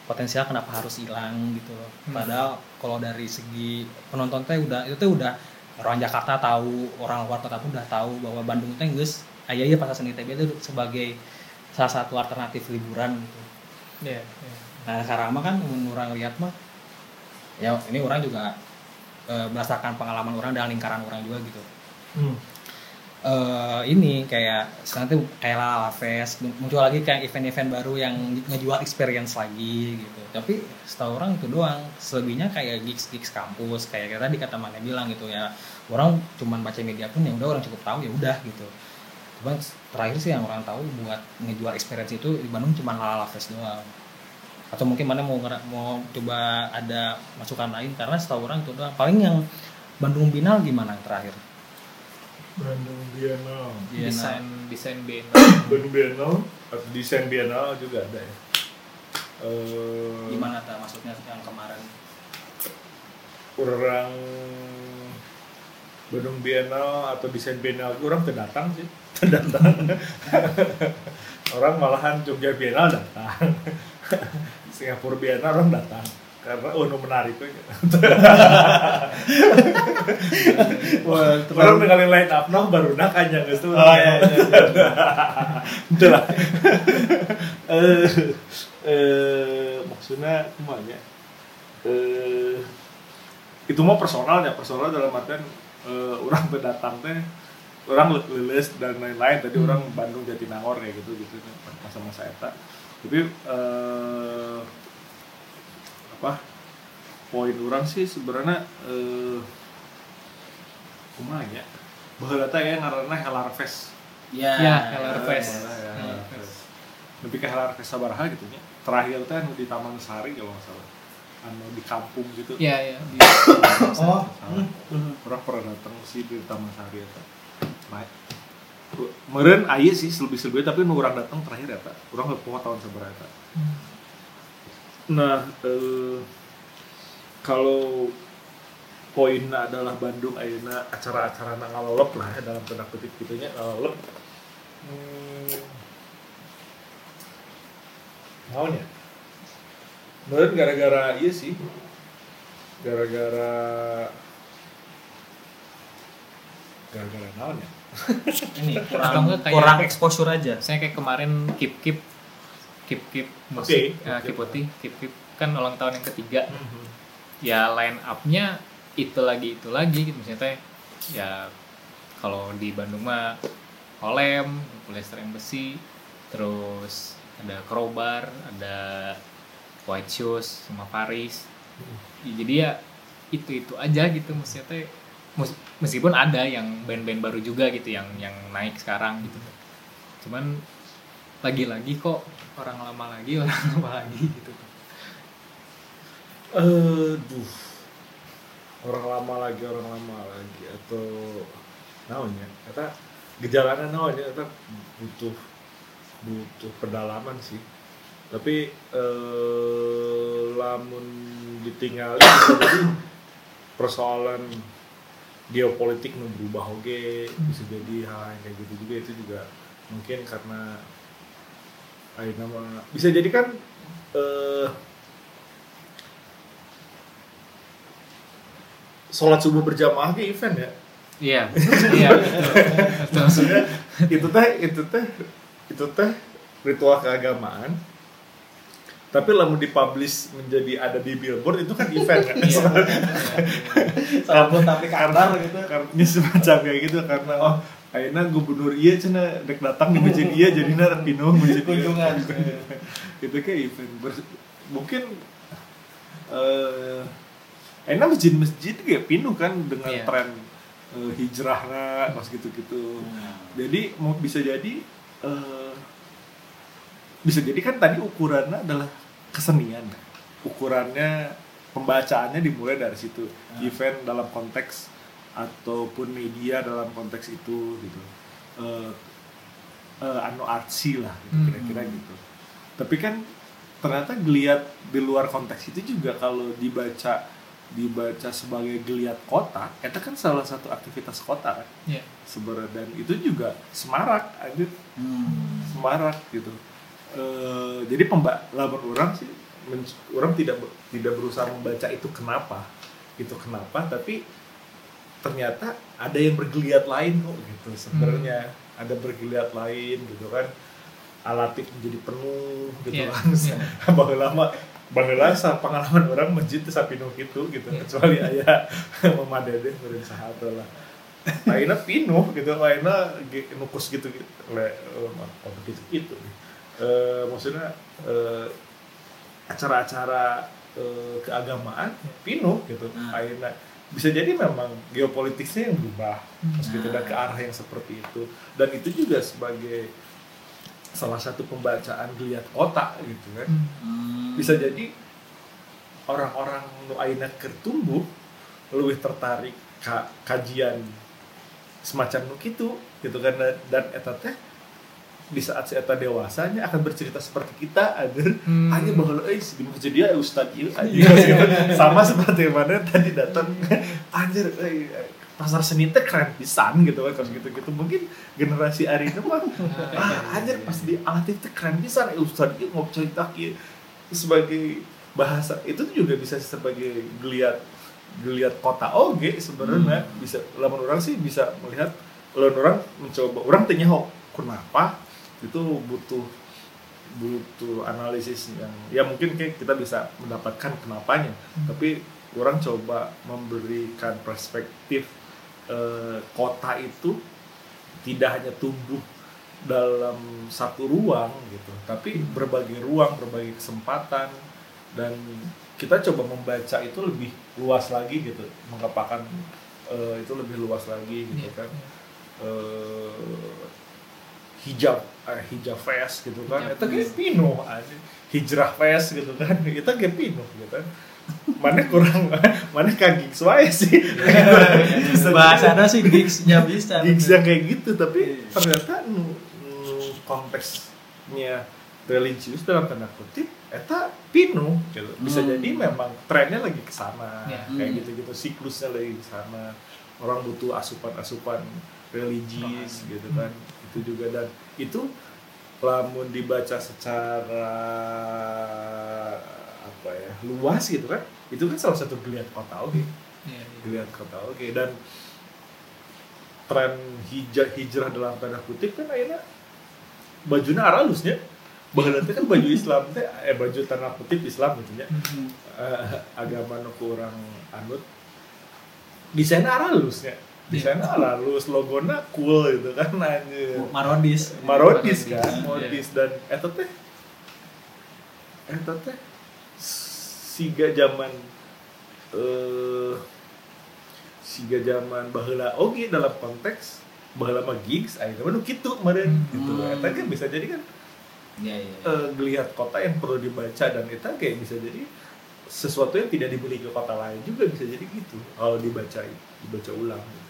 potensial kenapa harus hilang gitu loh. Padahal kalau dari segi penonton teh udah orang Jakarta tahu, orang luar kota pun udah tahu bahwa Bandung teh geus aya ieu pasar seni TB itu sebagai salah satu alternatif liburan gitu. Iya. Nah sekarang mah kan orang lihat mah ya ini orang juga berdasarkan pengalaman orang dan lingkaran orang juga gitu. Ini kayak sekarang tuh kayak Lala Fest muncul lagi kayak event-event baru yang ngejual experience lagi gitu. Tapi setahu orang itu doang. Selebihnya kayak gigs kampus kayak tadi kata Mane bilang gitu ya. Orang cuman baca media pun ya udah orang cukup tahu ya udah gitu. Cuman terakhir sih yang orang tahu buat ngejual experience itu di Bandung cuma Lala Fest doang. Atau mungkin Mane mau coba ada masukan lain karena setahu orang itu doang. Paling yang Bandung Biennale gimana terakhir? Bandung Biennale. Desain Biennale. Bandung Biennale atau desain Biennale juga ada ya. Gimana tak maksudnya yang kemarin? Orang Bandung Biennale atau desain Biennale orang terdatang sih, terdatang. Orang malahan Jogja Biennale datang, Singapura Biennale orang datang. Karena nu menarik tuh. Wah, orang dengan line up noh baru nak aja geus tuh. Oh iya. Itu lah. Maksudnya kumaha nya? Itu mah personal dalam artian orang pendatang teh orang lulus dan lain-lain tadi orang Bandung Jatinangor ya gitu masa-masa eta. Tapi poin orang sih sebenarnya kumaha nya baheula teh aya ngaranna Helar Fest. Ya, Helar Fest. Tapi ke Helar Fest sabaraha gitu nya. Terakhir teh di Taman Sari kalau enggak salah. Anu di kampung gitu. Iya. Orang pernah datang sih di Taman Sari eta. Nah, meureun aya sih selebih-selebih tapi nu urang datang terakhir eta. Urang heuh tahun sabaraha eta. Nah, kalau poinnya adalah Bandung ayeuna acara-acara ngalolep lah ya, dalam tanda kutip gitunya ngalolep. Naon ya? Meureun gara-gara ieu sih. Gara-gara naon ya? Ini Atau kurang exposure aja. Saya kayak kemarin Kip musik, Kip kan ulang tahun yang ketiga. Ya line up-nya itu lagi gitu misalnya teh ya kalau di Bandung mah Olem, Polyester Embassy, terus ada Crowbar, ada White Shoes sama Paris. Ya, jadi ya itu aja gitu maksudnya teh meskipun ada yang band-band baru juga gitu yang naik sekarang gitu. Cuman lagi-lagi kok orang lama lagi gitu. Orang lama lagi atau naonnya eta gejalana naonnya eta butuh pendalaman sih tapi lamun ditinggali bisa jadi persoalan geopolitik nu berubah oge bisa jadi hal yang kayak gitu juga itu juga mungkin karena bisa jadi kan sholat subuh berjamaah ke event ya. Iya. Maksudnya itu teh ritual keagamaan. Tapi lamun dipublish menjadi ada di billboard itu kan event kan. Sabun tapi kadar gitu. Karena semacam kayak gitu karena ayeuna gubernur ieu cenah dek datang di masjid ieu jadina pinuh masjid kunjungan. Itu kayak event mungkin enak masjid kayak pinuh kan dengan tren hijrahnya pas gitu-gitu. Jadi bisa jadi kan tadi ukurannya adalah kesenian. Ukurannya pembacaannya dimulai dari situ. Event dalam konteks ataupun media dalam konteks itu gitu. Artsy lah gitu, kira-kira gitu. Tapi kan ternyata geliat di luar konteks itu juga kalau dibaca sebagai geliat kota, itu kan salah satu aktivitas kota kan, sebenarnya dan itu juga semarak, semarak gitu. Jadi lamun orang sih orang tidak berusaha membaca itu kenapa, tapi ternyata ada yang bergeliat lain kok gitu sebenarnya. Ada bergeliat lain gitu kan, alatif menjadi penuh gitu kan. Baheula pengalaman orang masjid teh sapinuh gitu kecuali aya memadede meureun saha lah. Ayeuna pinuh gitu, ayeuna nukus gitu gitu. Maksudnya acara-acara keagamaan pinuh gitu. Ayeuna bisa jadi memang geopolitiknya yang berubah gitu dan ke arah yang seperti itu, dan itu juga sebagai salah satu pembacaan geliat kota gitu kan. Bisa jadi orang-orang nu ayeuna keur tumbuh lebih tertarik kajian semacam nu kitu gitu kan, dan eta teh di saat si eta dewasanya akan bercerita seperti kita hanya bahwa di masjid dia ustad ieu sama seperti mana tadi datang anjir pasar seni teh keren pisan gitu kan, gitu mungkin generasi ari itu mah anjir pas di alatif teh keren pisan ustad ieu ngop cerita kieu sebagai bahasa itu juga bisa sebagai geliat kota oge sebenarnya. Bisa lamun orang sih bisa melihat, lamun orang mencoba, orang tanya kenapa itu butuh analisis yang ya mungkin kayak kita bisa mendapatkan kenapanya, tapi orang coba memberikan perspektif kota itu tidak hanya tumbuh dalam satu ruang gitu, tapi berbagai ruang, berbagai kesempatan, dan kita coba membaca itu lebih luas lagi gitu, menggapakan itu lebih luas lagi gitu kan. Hijab fest gitu kan, itu kayak pinuh aja, hijrah fest gitu kan, itu kayak pinuh gitu kan. Mana gigs wae sih. Bahasanya sih gigsnya bisa. Gigs yang kayak gitu, tapi ternyata konteksnya religius dalam tanda kutip, eta pinuh gitu. Bisa jadi memang trennya lagi ke sana, kayak gitu-gitu, siklusnya lagi ke sana. Orang butuh asupan religius gitu kan. Itu juga, dan itu lamun dibaca secara luas gitu kan, itu kan salah satu geliat kota geliat kota dan tren hijrah dalam tanda kutip kan akhirnya bajunya aralusnya bahkan kan baju Islam teh baju tanda kutip Islam gitu ya. Agama nu kurang anut desain aralusnya. Desainnya halus, logona cool gitu kan anjir. Marodis kan, modis dan eta teh siga zaman baheula oge dalam konteks baheula mah gigs ayeuna mah kitu meureun gitu. Eta kan bisa jadi kan geliat kota yang perlu dibaca, dan eta kayak bisa jadi sesuatu yang tidak dimiliki kota lain juga bisa jadi gitu kalau dibaca ulang gitu.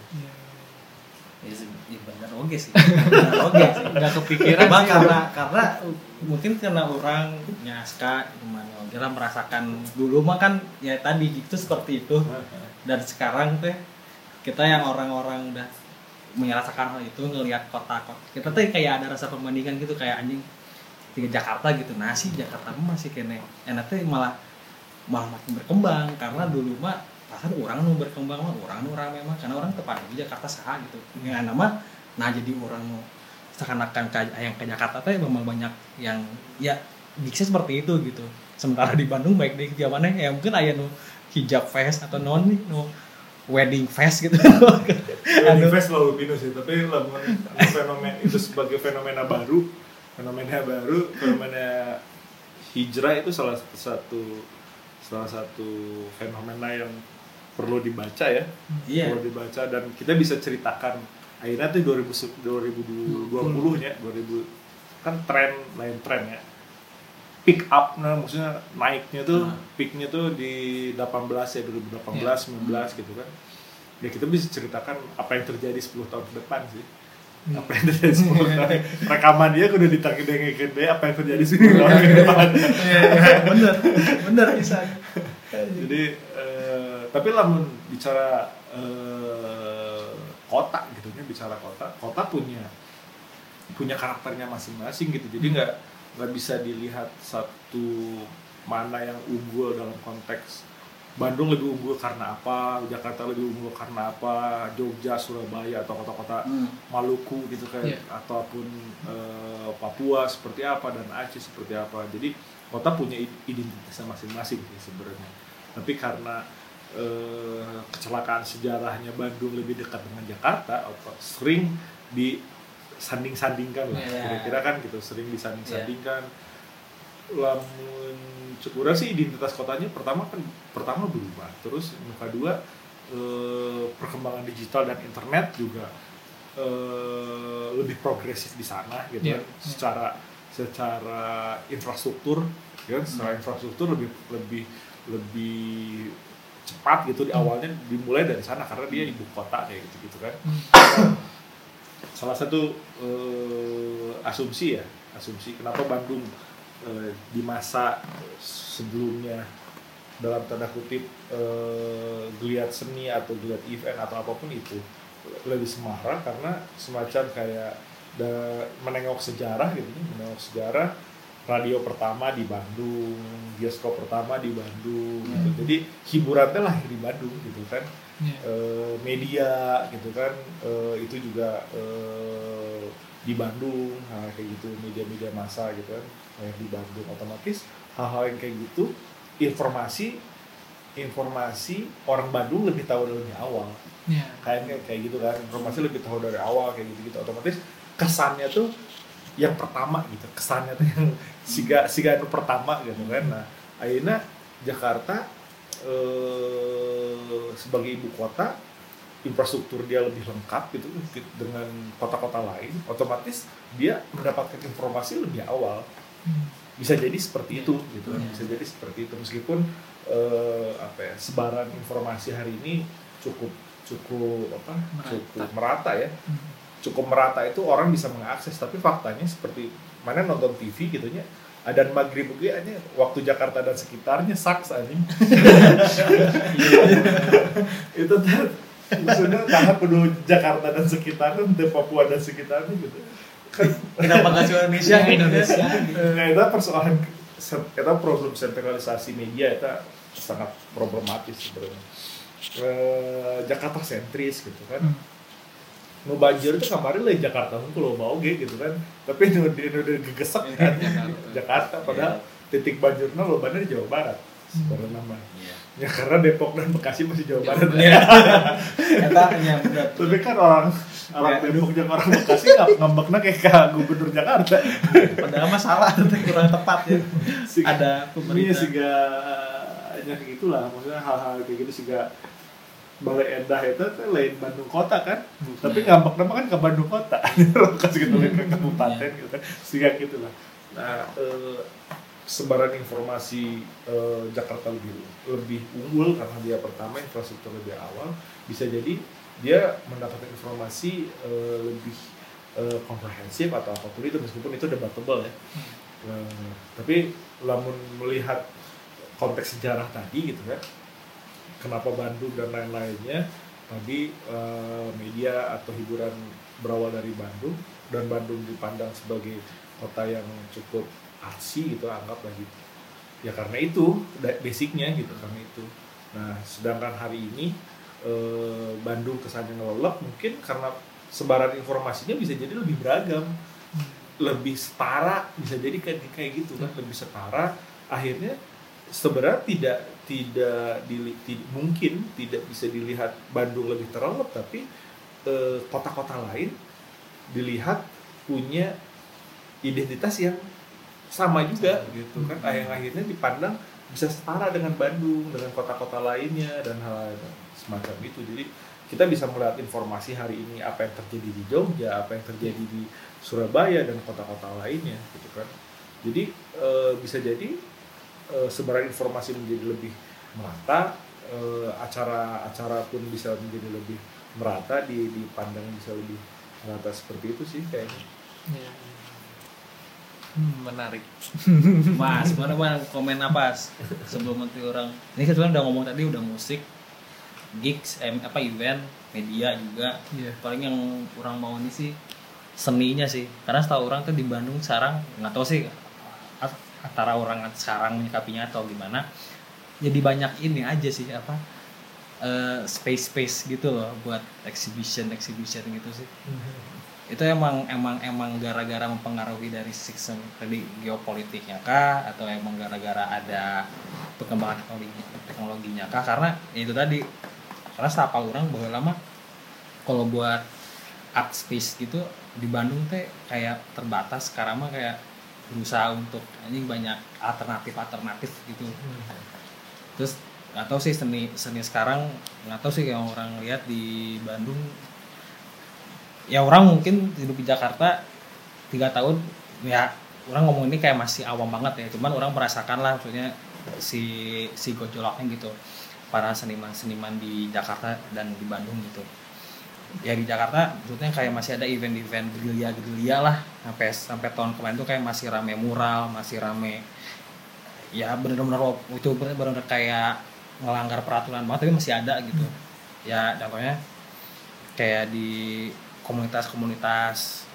Ya benar oke sih. Enggak kepikiran karena mungkin karena orang nyaska gimana kita merasakan dulu mah kan ya tadi gitu seperti itu. Dan sekarang teh kita yang orang-orang udah merasakan hal itu, ngelihat kota-kota kita tuh kayak ada rasa perbandingan gitu, kayak anjing di Jakarta gitu. Nah sih Jakarta masih kene enaknya malah makin berkembang, karena dulu mah kan orang nu berkembang mah orang nu rame mah karena orang tepat di Jakarta saha gitu. Yang nama nah jadi orang nu seakan-akan yang ke Jakarta teh memang banyak yang ya diksi seperti itu gitu. Sementara di Bandung baik di zamannya ya mungkin aya nu hijab fest atau non nu wedding fest gitu. Wedding fest lalu pinus sih, tapi lamun fenomena itu sebagai fenomena baru hijrah itu salah satu fenomena yang perlu dibaca ya. Perlu dibaca, dan kita bisa ceritakan akhirnya tuh 2020 nya 2000 kan lain tren ya, pick up, nah maksudnya naiknya tuh peaknya tuh di 18 ya 2018 19 gitu kan ya. Kita bisa ceritakan apa yang terjadi 10 tahun ke depan sih. Apa yang terjadi 10 tahun rekaman dia udah ditangkap apa yang terjadi 10 tahun ke depan. Bener bisa. Jadi tapi lamun bicara kota gitu ya, bicara kota punya karakternya masing-masing gitu. Jadi nggak bisa dilihat satu mana yang unggul dalam konteks Bandung lebih unggul karena apa, Jakarta lebih unggul karena apa, Jogja, Surabaya atau kota-kota Maluku gitu kan, ataupun Papua seperti apa dan Aceh seperti apa. Jadi kota punya identitasnya masing-masing sih sebenarnya. Tapi karena kecelakaan sejarahnya Bandung lebih dekat dengan Jakarta, atau sering disanding-sandingkan lah, kira-kira kan gitu, sering disanding-sandingkan. Lamun Cukura sih identitas kotanya pertama berubah, terus yang kedua perkembangan digital dan internet juga lebih progresif di sana gitu kan, secara infrastruktur ya, secara infrastruktur lebih cepat gitu. Di awalnya dimulai dari sana karena dia ibu kota kayak gitu kan. Salah satu asumsi kenapa Bandung di masa sebelumnya dalam tanda kutip geliat seni atau geliat event atau apapun itu lebih semarak, karena semacam kayak menengok sejarah gitu, radio pertama di Bandung, bioskop pertama di Bandung gitu. Jadi hiburannya lahir di Bandung gitu kan. Media gitu kan, itu juga di Bandung, kayak gitu, media-media massa gitu kan, di Bandung. Otomatis hal-hal yang kayak gitu, informasi orang Bandung lebih tahu lebih awal. Kayak gitu kan, informasi lebih tahu dari awal kayak gitu. Otomatis kesannya tuh yang pertama gitu, kesannya tuh yang siga itu pertama gitu kan. Nah, akhirnya Jakarta sebagai ibu kota, infrastruktur dia lebih lengkap gitu dengan kota-kota lain, otomatis dia mendapatkan informasi lebih awal. Bisa jadi seperti itu gitu kan. Bisa jadi seperti itu, meskipun sebaran informasi hari ini cukup merata ya. Cukup merata itu orang bisa mengakses, tapi faktanya seperti mana nonton TV gitu nya, adan maghrib aja waktu Jakarta dan sekitarnya saks anjing. Itu maksudnya tahap kudu Jakarta dan sekitarnya, untuk Papua dan sekitarnya gitu kan. Kenapa nggak cuma Indonesia gitu? Itu persoalan, itu problem sentralisasi media itu sangat problematis sebenarnya. Jakarta sentris gitu kan. Nu banjir itu kemarin lah Jakarta kalau mau gitu kan, tapi udah gegesek kan Jakarta, padahal titik banjirnya lo banyak di Jawa Barat sebenarnya nama. Ya karena Depok dan Bekasi masih Jawa Barat. Tapi kan orang Depok dan orang Bekasi ngambeknya kayak gubernur Jakarta. Padahal masalah kurang tepat ya. Ada pemerintah. Iya kayak gitulah, maksudnya hal-hal kayak gitu sehingga Balai Endah itu lain Bandung kota kan, tapi ngambek nama kan ke Bandung kota, kasih gitu ke kabupaten gitu kan, sehingga gitulah. Nah, sebaran informasi Jakarta lebih unggul karena dia pertama infrastruktur lebih awal, bisa jadi dia mendapatkan informasi lebih komprehensif atau apapun itu, meskipun itu debatable ya. Tapi lamun melihat konteks sejarah tadi gitu kan, kenapa Bandung dan lain-lainnya tadi, media atau hiburan berawal dari Bandung, dan Bandung dipandang sebagai kota yang cukup artsy gitu, anggaplah gitu ya, karena itu basicnya gitu, karena itu. Nah, sedangkan hari ini Bandung kesannya ngelelep mungkin karena sebaran informasinya bisa jadi lebih beragam, lebih setara, bisa jadi kayak gitu kan, lebih setara. Akhirnya sebenarnya mungkin tidak bisa dilihat Bandung lebih terlelep, tapi kota-kota lain dilihat punya identitas yang sama juga gitu kan. Akhirnya dipandang bisa setara dengan Bandung, dengan kota-kota lainnya dan hal semacam itu. Jadi kita bisa melihat informasi hari ini apa yang terjadi di Jogja, apa yang terjadi di Surabaya dan kota-kota lainnya gitu kan. Jadi bisa jadi sebaran informasi menjadi lebih merata, acara-acara pun bisa menjadi lebih merata, dipandang bisa lebih merata, seperti itu sih kayaknya. Menarik. Mas, mana komen apa sebelum nanti orang ini kan udah ngomong tadi, udah musik, gigs, event, media juga. Paling yang orang mau ini sih seninya sih, karena setahu orang tuh di Bandung sekarang nggak tahu sih antara orang sekarang menyikapinya atau gimana. Jadi banyak ini aja sih space gitu loh buat exhibition gitu sih. Itu emang gara-gara mempengaruhi dari sistem tadi geopolitiknya kah, atau emang gara-gara ada perkembangan teknologinya kah? Karena itu tadi, karena setapal orang bahwa lama kalau buat art space gitu di Bandung teh kayak terbatas. Sekarang mah kayak berusaha untuk anjing banyak alternatif gitu. Terus nggak tahu sih seni sekarang, nggak tahu sih yang orang lihat di Bandung. Ya orang mungkin hidup di Jakarta 3 tahun, ya orang ngomong ini kayak masih awam banget ya, cuman orang merasakan lah maksudnya si gojolaknya gitu para seniman di Jakarta dan di Bandung gitu. Ya di Jakarta maksudnya kayak masih ada event-event gerilya lah, sampai tahun kemarin tuh kayak masih rame mural, masih rame ya benar-benar itu benar-benar kayak ngelanggar peraturan banget, tapi masih ada gitu. Ya contohnya kayak di komunitas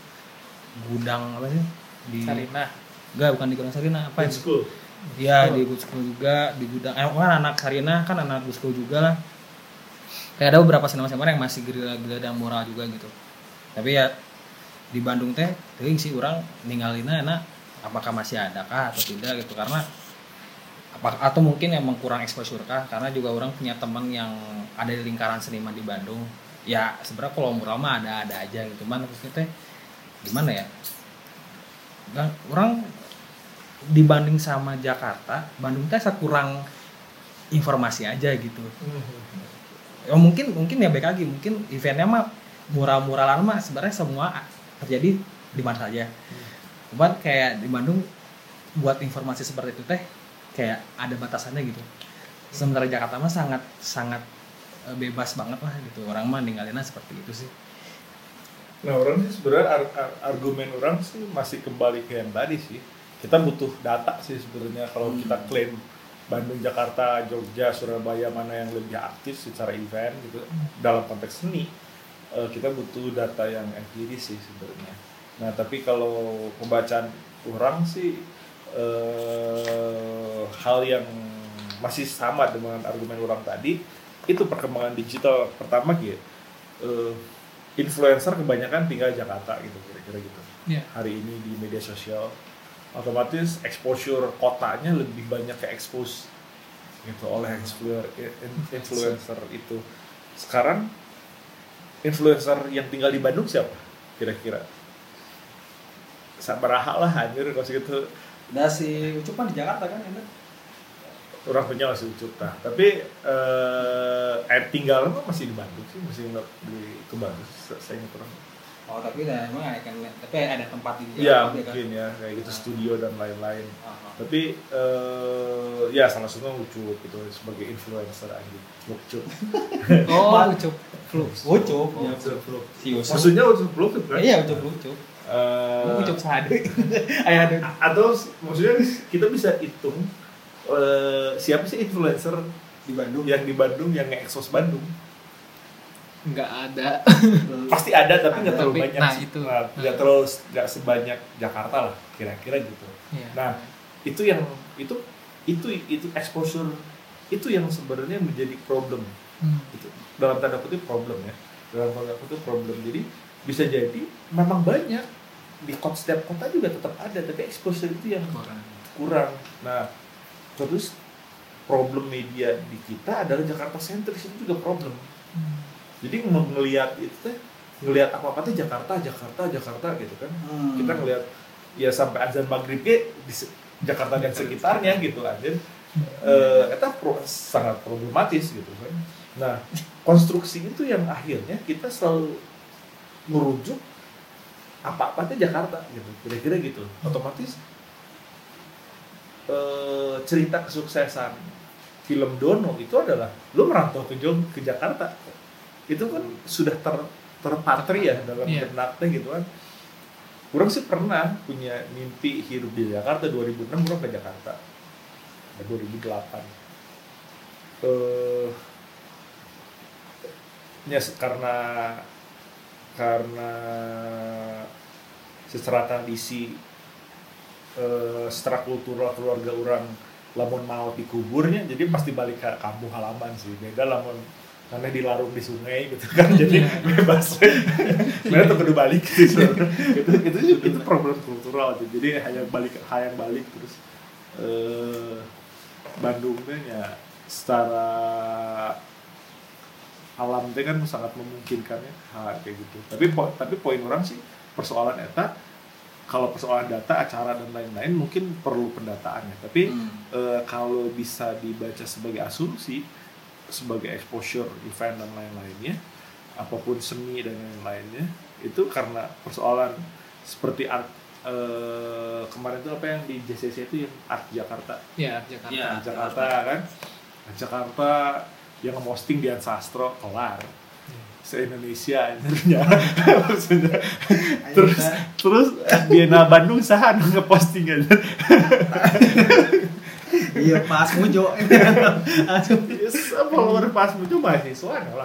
gudang apa sih di Sarinah. Enggak, bukan di gudang Sarinah, apa Good school. Ya di good school juga, di gudang kan anak Sarinah kan anak good school juga lah. Kayak ada beberapa seniman-seniman yang masih gerilya dan moral juga gitu. Tapi ya di Bandung teh teuing sih orang ninggalinna enak, apakah masih ada kah atau tidak gitu, karena atau mungkin emang kurang exposure kah, karena juga orang punya teman yang ada di lingkaran seniman di Bandung. Ya sebenarnya kalau mural mah ada aja gitu, cuman maksudnya teh gimana ya, dan orang dibanding sama Jakarta, Bandung teh kurang informasi aja gitu. Ya mungkin ya baik lagi, mungkin eventnya mah mural-muralan mah sebenarnya semua terjadi di mana saja. Cuman kayak di Bandung buat informasi seperti itu teh kayak ada batasannya gitu. Sementara Jakarta mah sangat bebas banget lah gitu. Orang mah ninggalinnya seperti itu sih. Nah orang sih sebenarnya argumen orang sih masih kembali ke yang tadi sih. Kita butuh data sih sebenarnya kalau kita klaim Bandung, Jakarta, Jogja, Surabaya mana yang lebih aktif secara event gitu dalam konteks seni. Kita butuh data yang empiris sih sebenarnya. Nah tapi kalau pembacaan orang sih hal yang masih sama dengan argumen orang tadi, itu perkembangan digital. Pertama gitu, influencer kebanyakan tinggal Jakarta gitu kira-kira gitu. Hari ini di media sosial otomatis exposure kotanya lebih banyak ke expose gitu oleh influencer itu. Sekarang influencer yang tinggal di Bandung siapa kira-kira? Sabaraha lah anjir kalau segitu. Udah si Ucup kan di Jakarta kan enak. Orang punya masih Ucup tah. Tapi tinggalnya masih di Bandung sih, masih nggak beli ke Bandung. Saya ingat orang. Oh tapi emang tapi ada tempat di Jakarta. Iya Mungkin kan? Ya kayak gitu studio dan lain-lain. Tapi ya salah satunya Ucup gitu sebagai influencer anjing. Ucup. Oh, Ucup. Ucup. Ya, Ucup. Si Ucup. Maksudnya Ucup kan? Iya, Ucup. Ucup sehade. Atau maksudnya kita bisa hitung siapa sih influencer Di Bandung yang nge-expose Bandung? Nggak ada. Pasti ada tapi nggak terlalu tapi, banyak. nah, itu. Nggak sebanyak Jakarta lah kira-kira gitu. Yeah. Nah itu exposure itu yang sebenarnya menjadi problem. Itu dalam tanda kutip problem ya. Dalam tanda kutip problem. Jadi bisa jadi memang banyak di setiap kota juga tetap ada, tapi exposure itu yang kurang. Nah terus problem media di kita adalah Jakarta sentris, itu juga problem. Jadi ngelihat apa-apa tuh Jakarta gitu kan. Kita ngelihat ya sampai azan maghrib di Jakarta dan sekitarnya gitu azan. Itu sangat problematis gitu kan. Nah, konstruksi itu yang akhirnya kita selalu merujuk apa-apa tuh Jakarta gitu. Kira-kira gitu. Otomatis cerita kesuksesan film Dono itu adalah lu merantau ke Jakarta. Itu kan sudah terpatri ya dalam benaknya gitu kan. Orang sih pernah punya mimpi hidup di Jakarta. 2006 orang ke Jakarta. 2008. Ya karena secara tradisi secara kultural keluarga orang lamun mau di kuburnya, jadi pasti balik ke kampung halaman sih. Beda lamun karena dilarung di sungai gitu kan, jadi bebas. Mereka tuh kudu balik gitu. itu problem kultural, jadi hayang balik terus Bandungnya ya secara alam itu kan sangat memungkinkan ya kayak gitu. Tapi poin orang sih persoalan eta, kalau persoalan data, acara dan lain-lain mungkin perlu pendataannya. Tapi kalau bisa dibaca sebagai asumsi, sebagai exposure event dan lain-lainnya, apapun seni dan lain-lainnya, itu karena persoalan seperti art kemarin itu apa yang di JCC itu yang Art Jakarta. Ya, Jakarta. Ya, Jakarta kan. Jakarta yang nge-posting Dian Sastro kelar. Se-Indonesia akhirnya. Maksudnya. Terus Diana Bandung saha anu nge-posting aja. Iya, pas mujo. Follower pas mujo mahasiswa lah.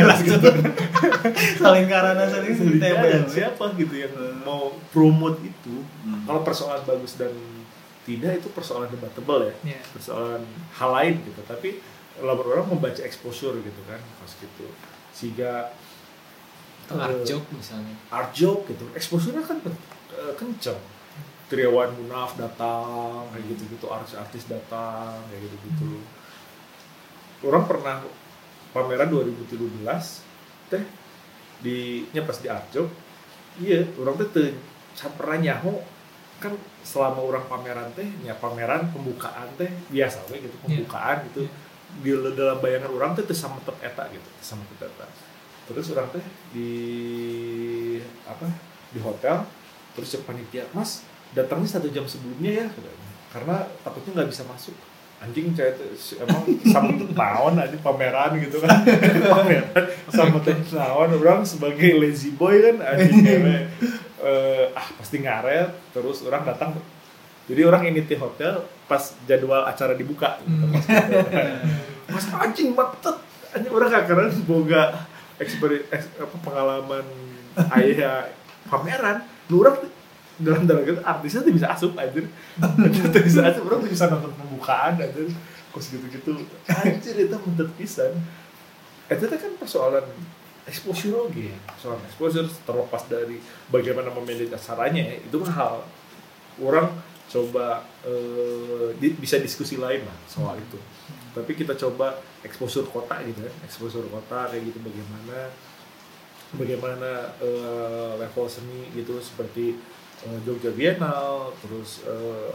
Saling karena saling tebel. Siapa gitu yang mau promote itu? Kalau persoalan bagus dan tidak itu persoalan debatable ya. Persoalan hal lain gitu. Tapi orang membaca exposure gitu kan, pas gitu. Sehingga art joke misalnya. Art joke gitu. Exposure-nya kan kencang. Triawan Munaf datang kayak gitu-gitu, artis datang kayak gitu-gitu. Orang pernah pameran 2017 teh pas di Arjok. Iya, orang teh pernah nyaho kan selama orang pameran teh pameran pembukaan teh biasa we gitu, pembukaan gitu. Di dalam bayangan orang teh sama tetep eta gitu, sama tetep eta. Terus orang teh di hotel, terus panitia, "Mas, datangnya 1 jam sebelumnya ya," karena takutnya nggak bisa masuk. Anjing saya emang sama tahun aja pameran gitu kan. Pameran sama tahun orang sebagai lazy boy kan anjing pasti ngaret. Terus orang datang, jadi orang ini di hotel pas jadwal acara dibuka gitu. Mas anjing matet anjing, orang gak keren boga pengalaman ayah pameran orang dalam gitu artisnya tuh bisa asup aja, tuh bisa asup, orang tuh bisa nonton pembukaan aja, kos gitu-gitu, anjir itu mentet pisan. Itu kan persoalan exposure lagi, persoalan exposure terlepas dari bagaimana memanage acaranya, itu kan hal orang coba bisa diskusi lain lah soal itu. Tapi kita coba exposure kota gitu ya, exposure kota kayak gitu, bagaimana level seni gitu seperti Jogja Biennale, terus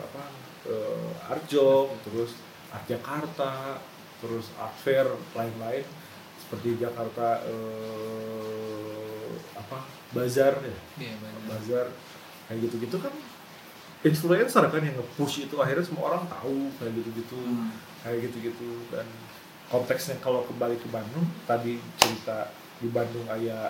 Arjok, terus Art Jakarta, terus Art Fair lain-lain seperti Jakarta Bazar ya, Bazar kayak gitu-gitu kan influencer kan yang nge-push itu, akhirnya semua orang tahu kayak gitu-gitu, kayak gitu-gitu. Dan konteksnya kalau kembali ke Bandung, tadi cerita di Bandung ayah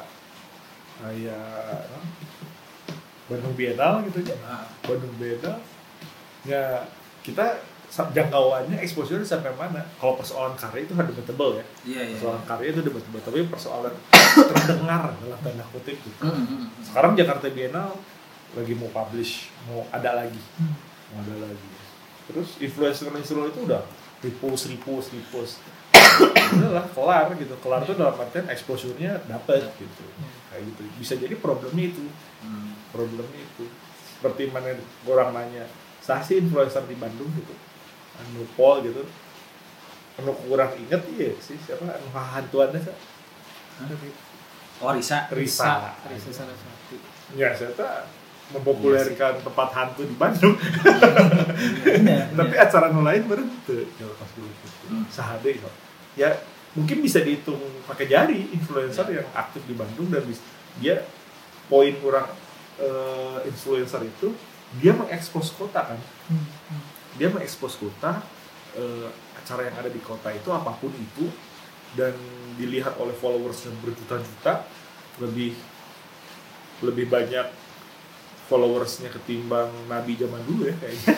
Bandung Biennale gitu ya, Bandung Biennale ya, kita jangkauannya exposure sampai mana. Kalau persoalan karya itu debatable ya, persoalan karya itu debatable, tapi persoalan terdengar dalam tanda kutip gitu. Sekarang Jakarta Biennale lagi mau publish, mau ada lagi, terus influencer itu udah repost, udahlah kelar tuh dalam artian exposure-nya dapat gitu, kayak gitu. Bisa jadi problemnya itu. Seperti mana orang nanya, sih influencer di Bandung gitu, anu Paul gitu, anu kurang inget iya sih siapa anu hantuannya sih? Risa Saraswati. Ya saya tuh mempopulerkan tempat hantu di Bandung. Tapi acara anu lain berhenti. Ya pas dulu gitu. Sahade ya mungkin bisa dihitung pakai jari influencer yang aktif di Bandung, dan dia poin orang influencer itu dia mengekspos kota kan, dia mengekspos kota, acara yang ada di kota itu apapun itu, dan dilihat oleh followers yang berjuta-juta, lebih banyak followersnya ketimbang Nabi zaman dulu ya kayaknya.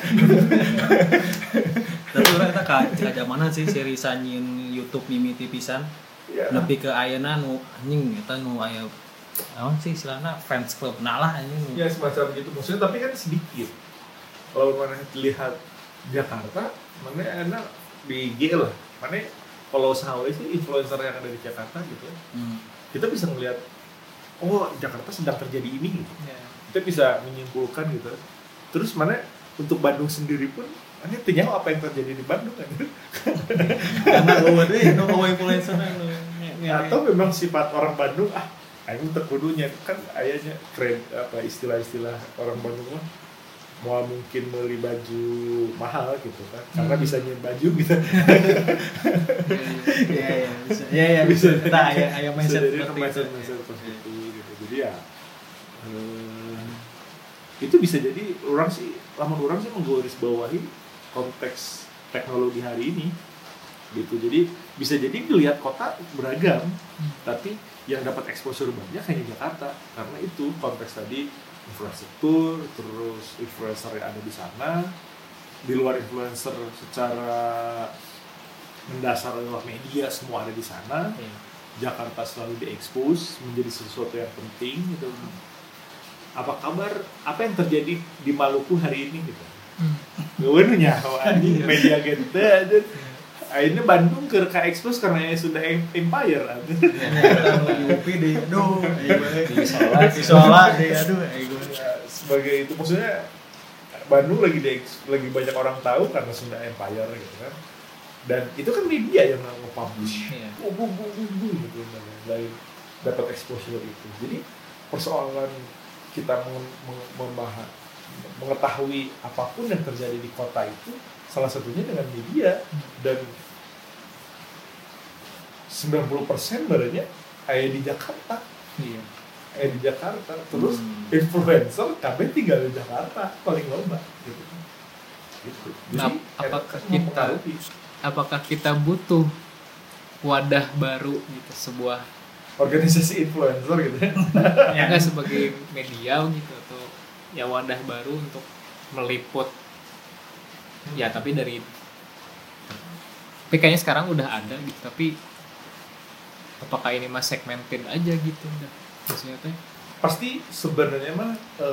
Tapi orang kita zamanan sih seri sanyin YouTube mimiti pisan, lebih ke ayeuna nu anjing eta nu aya naon sih istilahna fans club lah anjing. Ya semacam gitu maksudnya, tapi kan sedikit. kalau mana lihat Jakarta, mana enak di IG lah, mana kalau sahawe sih influencer yang ada di Jakarta gitu, kita bisa ngelihat, oh Jakarta sedang terjadi ini gitu, kita bisa menyimpulkan gitu. Terus mana untuk Bandung sendiri pun, mana ternyata apa yang terjadi di Bandung kan? Karena lo influencer Atau memang sifat orang Bandung, aing terkudunya kan ayahnya keren apa istilah-istilah orang Bandung mah mau mungkin beli baju mahal gitu kan karena bisa nyium baju gitu. Iya bisa. Nah, ayam mindset seperti itu gitu. Jadi ya itu bisa jadi orang sih menggarisbawahi konteks teknologi hari ini gitu. Jadi bisa jadi melihat kota beragam tapi yang dapat exposure banyak hanya Jakarta karena itu konteks tadi infrastruktur, terus influencer yang ada di sana, di luar influencer secara mendasar adalah media semua ada di sana. Jakarta selalu diekspos menjadi sesuatu yang penting gitu. Apa kabar? Apa yang terjadi di Maluku hari ini gitu? Gak nyawa anjing media gitu aja. Akhirnya Bandung ke expose karena sudah empire aja. Lagi UPI deh, aduh, disolat deh, aduh, sebagai itu maksudnya Bandung lagi banyak orang tahu karena sudah empire gitu kan. Dan itu kan media yang nge-publish. Gitu dari dapat exposure itu. Jadi persoalan kita mengetahui apapun yang terjadi di kota itu salah satunya dengan media dan 90% barunya ada di Jakarta. Ada di Jakarta. Terus influencer kabeh tinggal di Jakarta paling loba gitu. Nah, apakah kita butuh wadah baru gitu, sebuah organisasi influencer gitu ya nggak sebagai media gitu atau ya wadah baru untuk meliput ya tapi kayaknya sekarang udah ada gitu tapi apakah ini mah segmented aja gitu maksudnya teh pasti sebenarnya mah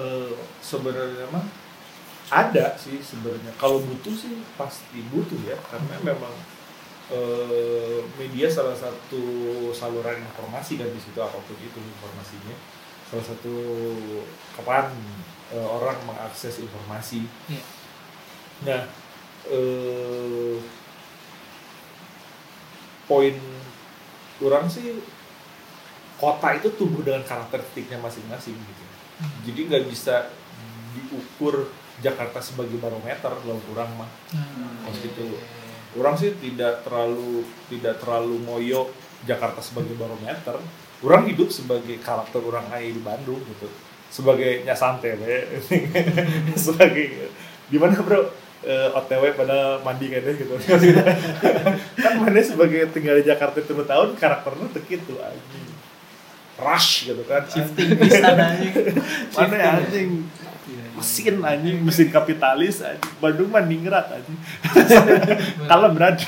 ada sih sebenarnya kalau butuh sih pasti butuh ya karena memang media salah satu saluran informasi kan di situ apapun itu informasinya salah satu keran orang mengakses informasi. Nah poin orang sih kota itu tumbuh dengan karakteristiknya masing-masing gitu. Jadi nggak bisa diukur Jakarta sebagai barometer kalau orang mah. Gitu. Orang sih tidak terlalu ngoyo Jakarta sebagai barometer. Orang hidup sebagai karakter orang aja di Bandung gitu. Sebagai nyasantai sebagai gimana bro? OTW pada mandi kayaknya gitu. Kan mana sebagai tinggal di Jakarta 3 tahun karakternya begitu anjing. Rush gitu kan. Shifting bisa anjing. Mana ya anjing? Mesin kapitalis anjing. Bandung mah ningrat anjing. Kalau berat.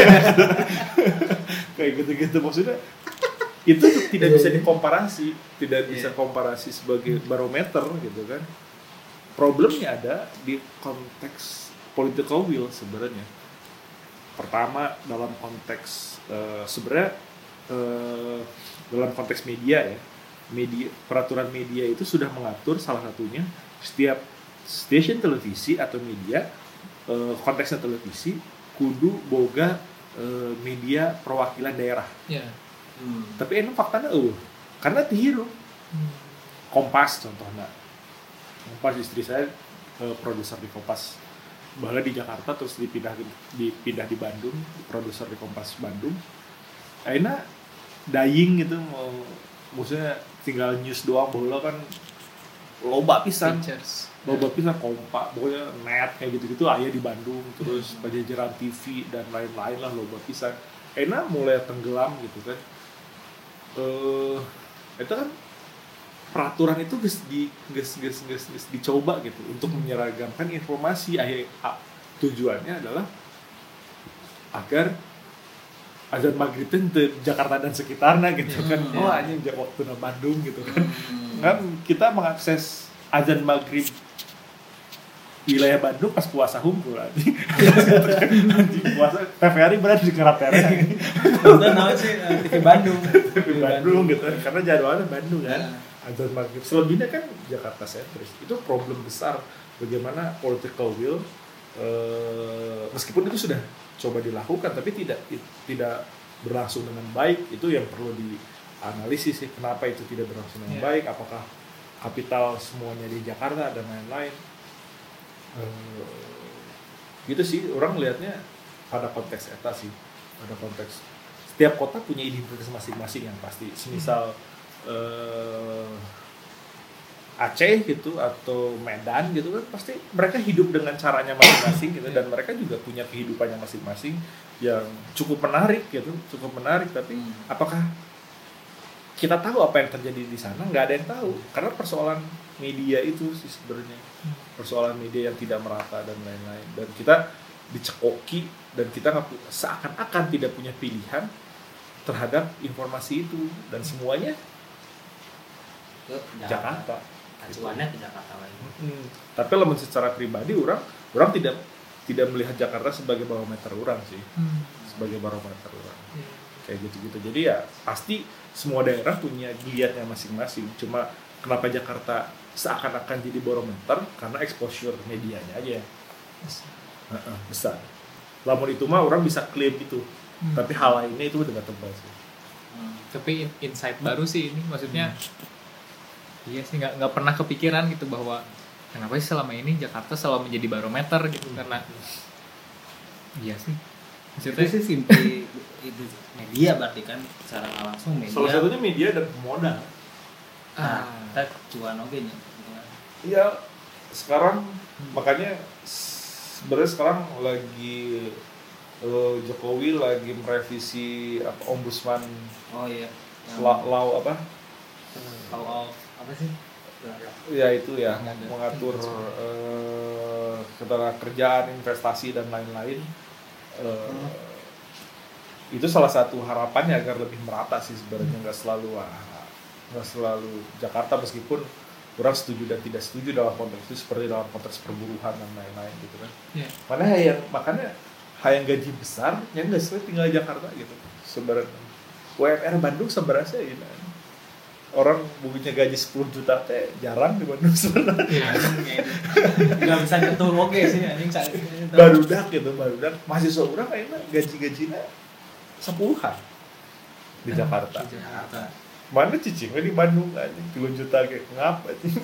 Kayak gitu-gitu maksudnya itu tidak bisa dikomparasi, tidak bisa komparasi sebagai barometer gitu kan. Problemnya ada di konteks political will sebenarnya. Pertama dalam konteks sebenarnya dalam konteks media ya. Peraturan media itu sudah mengatur salah satunya setiap stasiun televisi atau media konteksnya televisi kudu boga media perwakilan daerah. Tapi ini faktanya karena dihirup. Kompas contohnya. Kompas istri saya produser di Kompas. Bahkan di Jakarta terus dipindah di Bandung, produser di Kompas Bandung. Akhirnya dying gitu maksudnya tinggal news doang bola kan loba pisan. Loba pisan kompak, pokoknya net kayak gitu-gitu aya di Bandung, terus Pajajaran TV dan lain-lain lah loba pisan. Akhirnya mulai tenggelam gitu kan. Itu kan peraturan itu dicoba gitu untuk menyeragamkan informasi. Tujuannya adalah agar azan maghrib itu Jakarta dan sekitarnya gitu kan. Anjing waktu di Bandung gitu kan. Kan kita mengakses azan maghrib wilayah Bandung pas puasa hunkul anjing puasa TVRI berada di Keraternya Udah naon sih TV Bandung. di Bandung gitu karena jadwalnya Bandung kan azan maghrib selebihnya kan Jakarta sentris itu problem besar bagaimana political will meskipun itu sudah coba dilakukan tapi tidak berlangsung dengan baik itu yang perlu dianalisis sih kenapa itu tidak berlangsung dengan baik apakah kapital semuanya di Jakarta dan lain-lain gitu sih orang lihatnya pada konteks eta sih pada konteks setiap kota punya identitas masing-masing yang pasti semisal Aceh gitu atau Medan gitu kan pasti mereka hidup dengan caranya masing-masing gitu dan mereka juga punya kehidupannya masing-masing yang cukup menarik tapi apakah kita tahu apa yang terjadi di sana? Nggak ada yang tahu karena persoalan media itu sih sebenarnya persoalan media yang tidak merata dan lain-lain dan kita dicekoki dan kita seakan-akan tidak punya pilihan terhadap informasi itu dan semuanya ke Jakarta. acuannya ke Jakarta lagi. Tapi lamun secara pribadi orang tidak melihat Jakarta sebagai barometer orang sih. Sebagai barometer orang. Kayak gitu-gitu. Jadi ya pasti semua daerah punya giliatnya masing-masing. Cuma kenapa Jakarta seakan-akan jadi barometer karena exposure medianya aja. Besar. Lamun itu mah orang bisa klaim itu. Tapi hal lainnya itu udah gak tebal sih. Tapi insight baru sih ini maksudnya. Iya sih nggak pernah kepikiran gitu bahwa kenapa sih selama ini Jakarta selalu menjadi barometer gitu karena iya sih Maksudnya sih simply itu media berarti kan secara nggak langsung media. Salah satunya media dan modal. Kita cuan oke nya. Iya, sekarang makanya sebenarnya sekarang lagi Jokowi lagi merevisi ombudsman. Oh iya. Law apa? Apa sih? Ya itu ya mengatur ketenagakerjaan, investasi dan lain-lain. Itu salah satu harapannya agar lebih merata sih sebenarnya nggak selalu Jakarta meskipun kurang setuju dan tidak setuju dalam konteks itu seperti dalam konteks perburuhan dan lain-lain gitu kan. Makanya yang gaji besar yang nggak sesuai tinggal di Jakarta gitu sebenarnya. UMR Bandung sebenarnya gitu. Orang punya gaji 10 juta teh jarang di Bandung sebenarnya. Enggak bisa nyentuh oke sih anjing saat ini. Barudak mahasiswa orang kayaknya gaji-gajinya 10-an di Jakarta. Mana cicingnya di Bandung anjing 3 juta kayak ngapa anjing.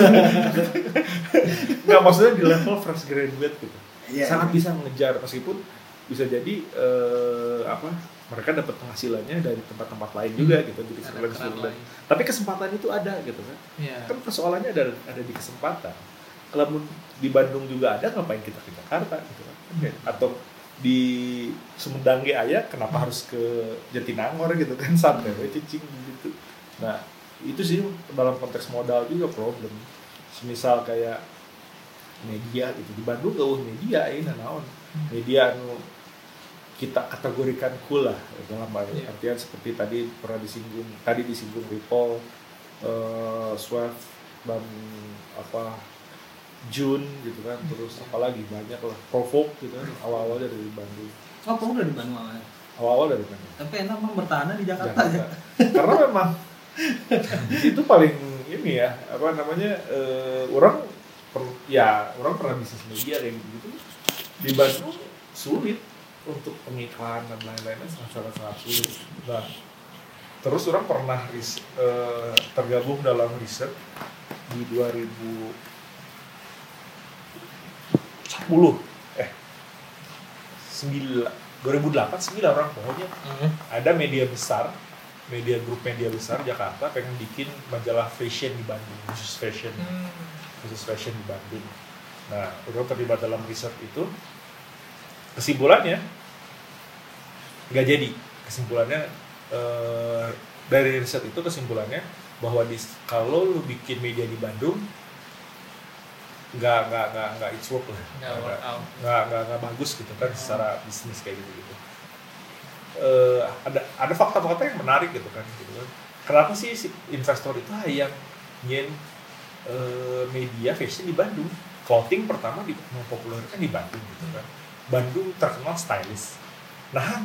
Enggak maksudnya di level fresh graduate gitu. Sangat bisa mengejar meskipun bisa jadi mereka dapat penghasilannya dari tempat-tempat lain juga gitu di sekolah. Tapi kesempatan itu ada gitu kan. Kan persoalannya ada di kesempatan. Kalau di Bandung juga ada ngapain kita ke Jakarta gitu kan. Atau di Sumedang ge aya kenapa harus ke Jatinangor gitu kan sampai cicing gitu. Nah, itu sih dalam konteks modal juga problem. Semisal kayak media gitu di Bandung eueuh media ayeuna naon. Media anu kita kategorikan cool lah dalam artian seperti tadi disinggung Ripple, Swift dan June gitu kan terus apalagi banyak lah Provoke gitu kan awal-awal dari Bandung. Provoke dari Bandung awalnya. Awal dari Bandung. Tapi enak memang bertahan di Jakarta. Ya. Karena memang itu paling ini ya orang pernah bisnis media kayak gitu di Bandung sulit untuk pengiklan dan lain-lainnya sangat sulit. Nah, terus orang pernah tergabung dalam riset di 2008 orang pokoknya ada grup media besar Jakarta pengen bikin majalah fashion di Bandung khusus fashion di Bandung. Nah, orang terlibat dalam riset itu. Kesimpulannya nggak jadi. Dari riset itu kesimpulannya bahwa kalau lu bikin media di Bandung nggak it's work lah, nggak bagus gitu kan secara bisnis kayak gitu. Ada fakta-fakta yang menarik gitu kan. Kenapa sih si investor itu yang nyen media fashion di Bandung? clothing pertama mempopulerkan di Bandung gitu kan. Bandung terkenal stylish. Nah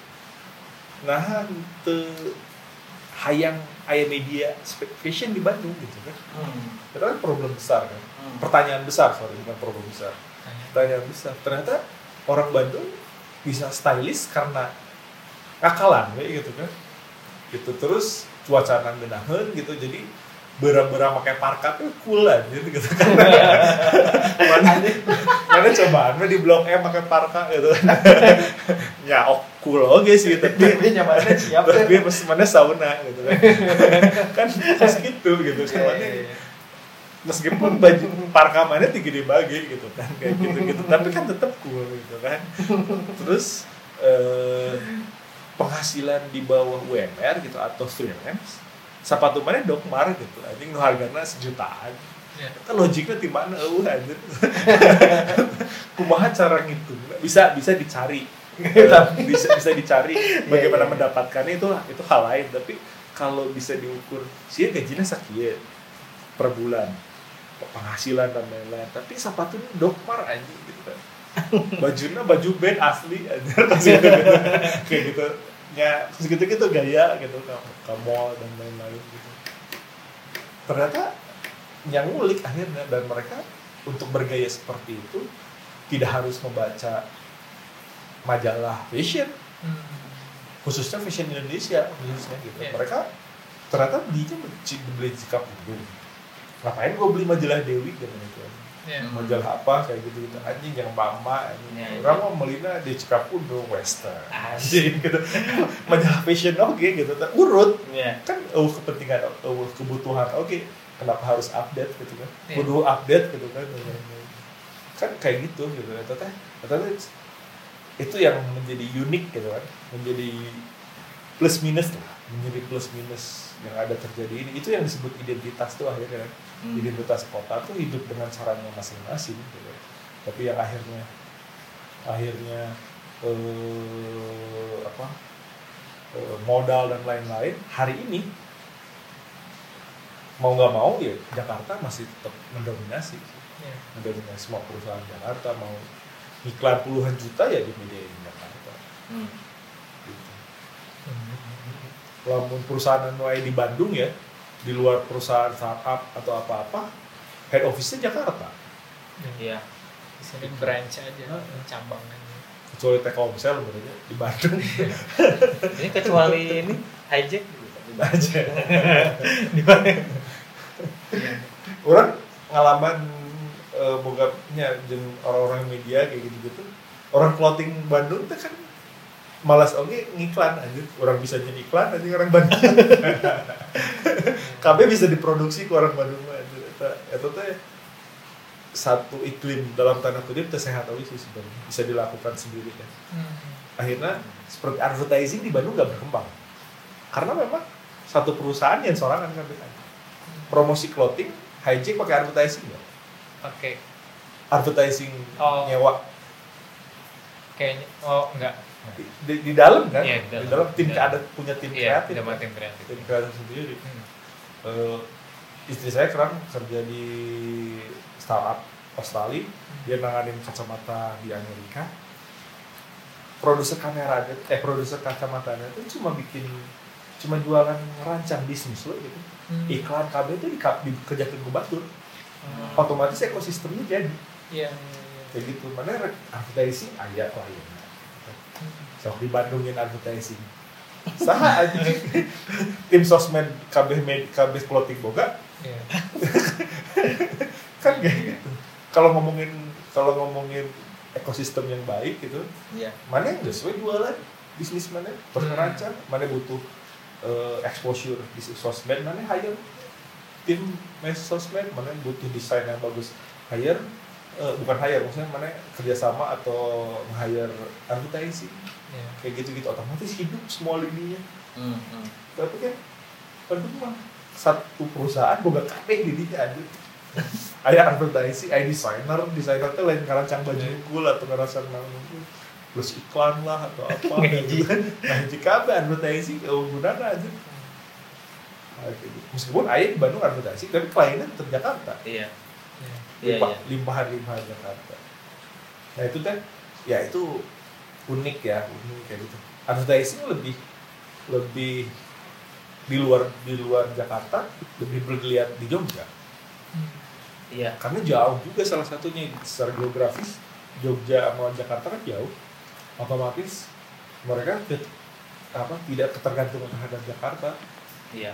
hayang aya media fashion di Bandung gitu kan. Itu kan problem besar kan. Pertanyaan besar, bukan problem besar. Pertanyaan besar. Ternyata orang Bandung bisa stylish karena ngakalan gitu kan. Gitu terus cuaca nang geunaheun gitu. Jadi berang-berang pakai parka tuh cool lah gitu kan. Mana cobaan mah di Blok M pakai parka gitu kan. Ya cool oke sih gitu. Dia nyamannya siap. Tapi mana sauna gitu kan. Kan terus gitu meskipun baju parka mana tinggi dibagi gitu kan kayak gitu tapi kan tetap cool gitu kan. Terus penghasilan di bawah UMR gitu atau freelance sepatu mana dokmar gitu anjing nu hargana sejutaan. Kan logiknya di mana anjir. Kumaha cara ngitung bisa dicari. bisa dicari bagaimana mendapatkannya itu hal lain, tapi kalau bisa diukur sih gajinya sakieu per bulan penghasilan dan lain-lain, tapi sepatunya dokmar anjing gitu kan. Bajunya baju band asli anjir kayak gitu ya segitu gaya gitu ke mall dan lain-lain gitu. Ternyata yang ngulik akhirnya dan mereka untuk bergaya seperti itu tidak harus membaca majalah fashion, khususnya fashion Indonesia khususnya gitu. Mereka ternyata beli sikap itu. Ngapain gue beli majalah Dewi gitu majalah apa kayak gitu anjing yang mama anjing. Orang mau melina di Cikapundung Western anjing gitu. Majalah fashion oke gitu urut kan kepentingan kebutuhan oke. Kenapa harus update gitu kan? Kudu update gitu kan kayak gitu ternyata itu yang menjadi unik gitu kan, menjadi plus minus yang ada terjadi ini, itu yang disebut identitas tuh akhirnya kan. Identitas kota tuh hidup dengan caranya masing-masing gitu. Tapi yang akhirnya modal dan lain-lain hari ini mau nggak mau ya Jakarta masih tetap mendominasi mendominasi semua perusahaan Jakarta, mau iklan puluhan juta ya di media Jakarta gitu. Walaupun perusahaan di Bandung ya, di luar perusahaan startup atau apa-apa, head office-nya Jakarta. Iya. Di sini branch aja, cabang aja. Kecuali Telkomsel berarti di Bandung. Ini kecuali ini hijack di Bandung. Di mana? Orang ngalaman bogapnya orang-orang media kayak gitu-gitu. Orang clothing Bandung itu kan malas ngiklan aja, orang bisa jadi iklan aja orang Bandung. KB bisa diproduksi ke orang Bandung aja. Itu tuh satu iklim dalam tanda kutip sehat sih sebenarnya bisa dilakukan sendiri kan. Akhirnya seperti advertising di Bandung gak berkembang karena memang satu perusahaan yang sorangan kan promosi clothing hijack pakai advertising nggak? Pakai advertising nyewa. Kayaknya enggak. Di dalam kan? Iya, di dalam tim ada punya tim kreatif. Iya, tim kreatif. Tim kreatif sendiri. Istri saya sekarang kerja di startup Australia, dia nanganin kacamata di Amerika. Produser kacamatanya itu cuma jualan rancang bisnis lo gitu. Iklan KB itu dikerjakan ke Batur. Otomatis ekosistemnya jadi. Iya. Kayak gitu. Mana advertising aya kliennya. Sok di Bandungin advertising. Saha aja. Tim sosmed KB clothing boga. Iya. Kan kayak gitu. Kalau ngomongin ekosistem yang baik gitu. Iya. Mana yang sesuai jualan bisnis mana? Pernerancang, mana butuh exposure di sosmed, mana hire tim sosmed, mana butuh desain yang bagus, hire maksudnya mana kerjasama atau hire advertising, kayak gitu otomatis hidup semua lininya. Tapi kan Bandung mah satu perusahaan boga kabeh di dinya aja. Aya advertising, aya desainer teh lain ngarancang baju unggul atau ngarancang plus iklan lah atau apa gitu kan. Nah, jika advertising gunana aja. Meskipun aya di Bandung advertising tapi kliennya tetap Jakarta. Iya. Iya, iya. Limpahan Jakarta. Nah itu teh, ya itu unik kayak gitu. Advertising lebih di luar Jakarta, lebih bergeliat di Jogja. Iya. Karena jauh juga salah satunya secara geografis, Jogja sama Jakarta kan jauh, otomatis mereka tidak ketergantungan terhadap Jakarta. Iya.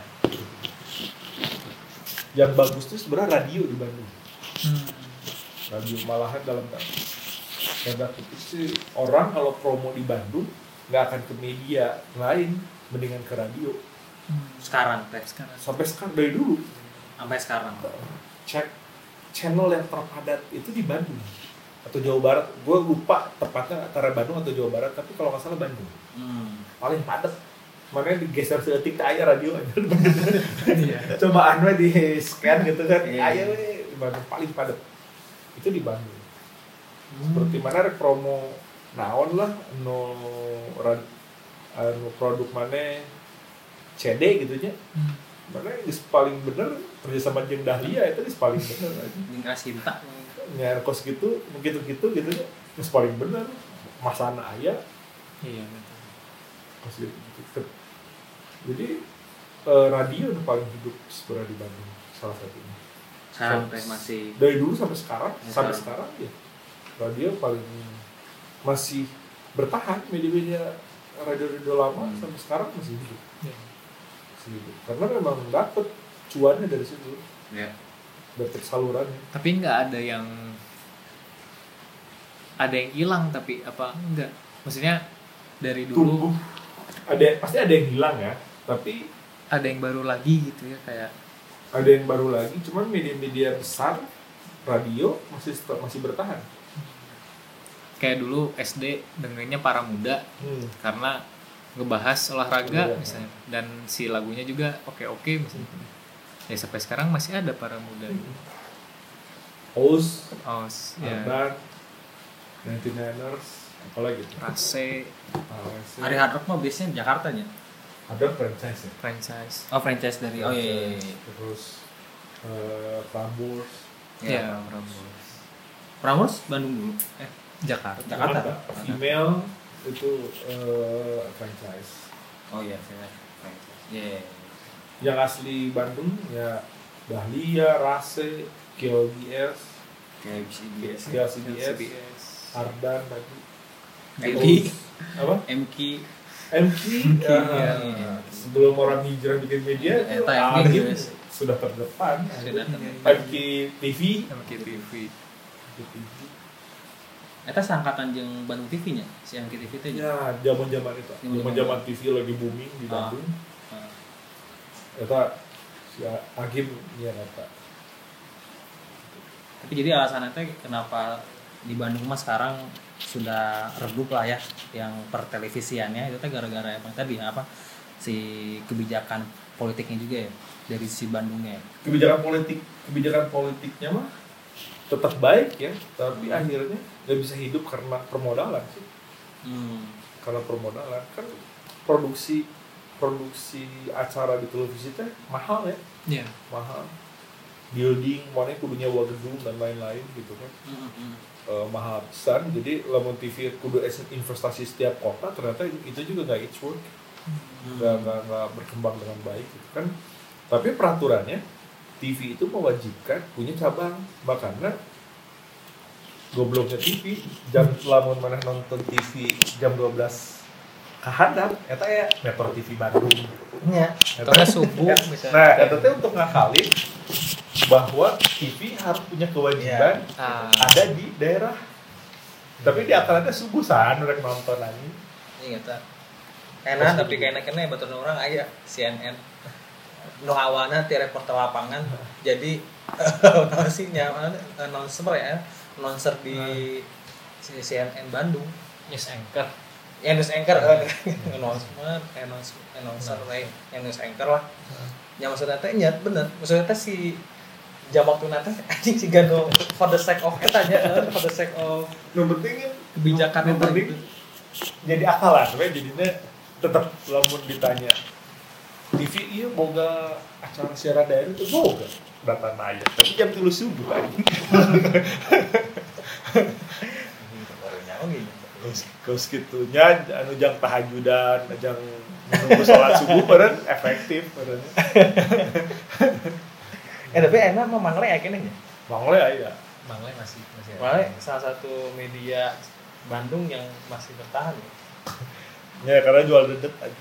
Yang bagus tuh sebenarnya radio di Bandung. Radio malahan dalam tanda kutip sih, orang kalau promo di Bandung nggak akan ke media lain, mendingan ke radio. Sekarang. Sampai sekarang, dari dulu Sampai sekarang. cek channel yang terpadat itu di Bandung atau Jawa Barat. Gue lupa tepatnya antara Bandung atau Jawa Barat, tapi kalau nggak salah Bandung. Paling padat. Makanya digeser sedetik aja radio aja. Coba anu di scan gitu kan. Ayo di Bandung paling padat. Itu di Bandung. Seperti mana promo naon lah produk mana CD gitu nya. Mana yang paling bener kerjasama jeung Dahlia itu paling bener aja. Dengan Sinta. Nyair kos gitu, begitu gitu nya. Yang paling bener. Masana aya. Iya betul. Kos gitu. Jadi radio udah paling hidup sebenarnya di Bandung salah satunya. Sekarang teh masih Dari dulu sampai sekarang, Ya, sekarang ya. Radio paling masih bertahan, media-media radio lama sampai sekarang masih hidup. Masih hidup. Karena memang dapet cuannya dari situ. ya. Dapet salurannya. Tapi nggak ada yang hilang, tapi apa enggak? Maksudnya dari dulu Tumbuh. Pasti ada yang hilang ya, tapi ada yang baru lagi gitu ya, kayak ada yang baru lagi. Cuman media-media besar radio masih bertahan. kayak dulu SD dengernya Para Muda karena ngebahas olahraga misalnya, dan si lagunya juga oke misalnya. Ya sampai sekarang masih ada Para Muda. Oz, Ya. Ardan, 99ers, apalagi tuh? Rase, Hari Hard Rock mah biasanya di Jakarta nya. Ada franchise ya. franchise. Oh, franchise dari iya. Terus Prambors, Ya, Prambors. Prambors Bandung dulu. Jakarta. Jakarta. Female itu franchise. Oh iya, franchise. Iya. Yang asli Bandung ya Dahlia, Rase, KLBS, Kayak CBS. CBS, Ardan tadi. MK. Apa? MK. MK. Sebelum orang hijrah bikin media itu Eta MK Agim guys. sudah terdepan. Sudah terdepan. MK TV. MKTV. Eta seangkatan jeung Bandung TV nya, si MK TV teh. Ya, zaman-zaman itu. Zaman TV lagi booming di Bandung. Eta si Agim ya kata. Tapi jadi alasannya teh kenapa di Bandung mah sekarang sudah redup lah ya yang pertelevisiannya itu teh gara-gara emang tadi apa si kebijakan politiknya juga ya dari si Bandungnya. Kebijakan politiknya mah tetap baik ya, tapi akhirnya nggak bisa hidup karena permodalan sih. Karena permodalan kan produksi acara di televisi teh mahal ya. Iya. Mahal. Building, mana kudunya nyewa gedung dan lain-lain gitu kan. Mahal besar, jadi lamun TV kudu investasi setiap kota, ternyata itu juga nggak it's work, nggak berkembang dengan baik gitu kan. Tapi peraturannya TV itu mewajibkan punya cabang, makanya gobloknya TV jam lamun mana nonton TV jam 12 kahadap, eta ya Metro TV Bandung. Nya. Karena subuh misalnya. Nah, eta teh untuk ngakalin bahwa TV harus punya kewajiban ada di daerah. Tapi di akalnya subuh sahan rek nonton anjing. Iya eta. Enak tapi kayaknya batur orang aya CNN. Nu awana ti reporter lapangan. Jadi naon sih announcer ya, announcer di CNN Bandung. News anchor. Ya news anchor announcer lain, yang news anchor lah. Ya maksudnya teh nya bener. Maksudnya teh si jam waktu nanti anjing sih gano for the sake of etanya for the sake of Yang penting Kebijakan yang penting jadi akalan we jadinya tetap lamun ditanya TV iya boga acara siaran daerah itu boga data naya tapi jam 3 subuh aja baru nyawa gini. terus gitunya anu jang tahajudan jang menunggu sholat subuh beren efektif beren Tapi enak mah Mangle akhirnya ya. Mangle aya Mangle masih ada. Mangle salah satu media Bandung yang masih bertahan ya. ya karena jual dedet aja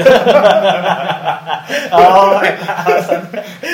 Oh, alasan.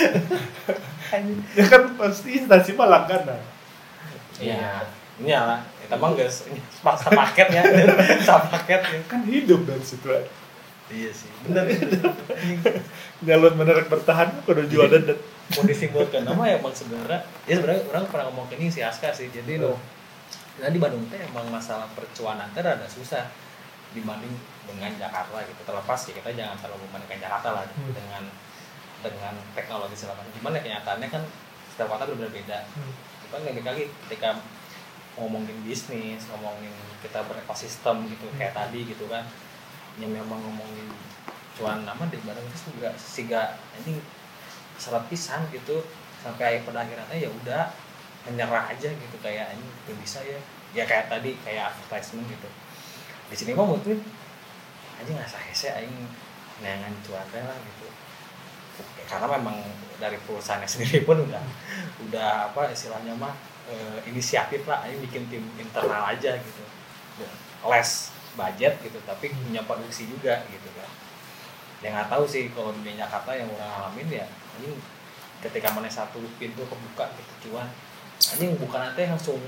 ya kan pasti instansi mah langganan Iya. Ini lah. Kita mah guys, paksa paketnya, paket ya. kan hidup dari situ aja Iya sih. Bener. nyalon menarik bertahan kudu jual dedet Mau disimpulkan nama ya emang sebenarnya orang pernah ngomong ke ini si Aska sih. Jadi lo di Bandung teh emang masalah percuanan teh rada susah dibanding dengan Jakarta gitu. Terlepas ya kita jangan terlalu membandingkan Jakarta lah dengan teknologi segala macam. Gimana kenyataannya kan setiap kota berbeda-beda. Kan kali ketika ngomongin bisnis, ngomongin kita berekosistem gitu kayak tadi gitu kan. Yang memang ngomongin cuan nama di Bandung itu juga siga ini syarat pisan gitu sampai pada akhirnya ya udah menyerah aja gitu kayak ini gak bisa ya kayak tadi kayak advertisement gitu di sini mah mungkin aja nggak sah aing neangan cuan lah gitu karena memang dari perusahaannya sendiri pun udah apa istilahnya mah inisiatif lah aing bikin tim internal aja gitu less budget gitu tapi punya produksi juga gitu kan ya nggak tahu sih kalau di Jakarta yang orang alamin ya anjing ketika mana satu pintu kebuka gitu cuan anjing bukan nanti langsung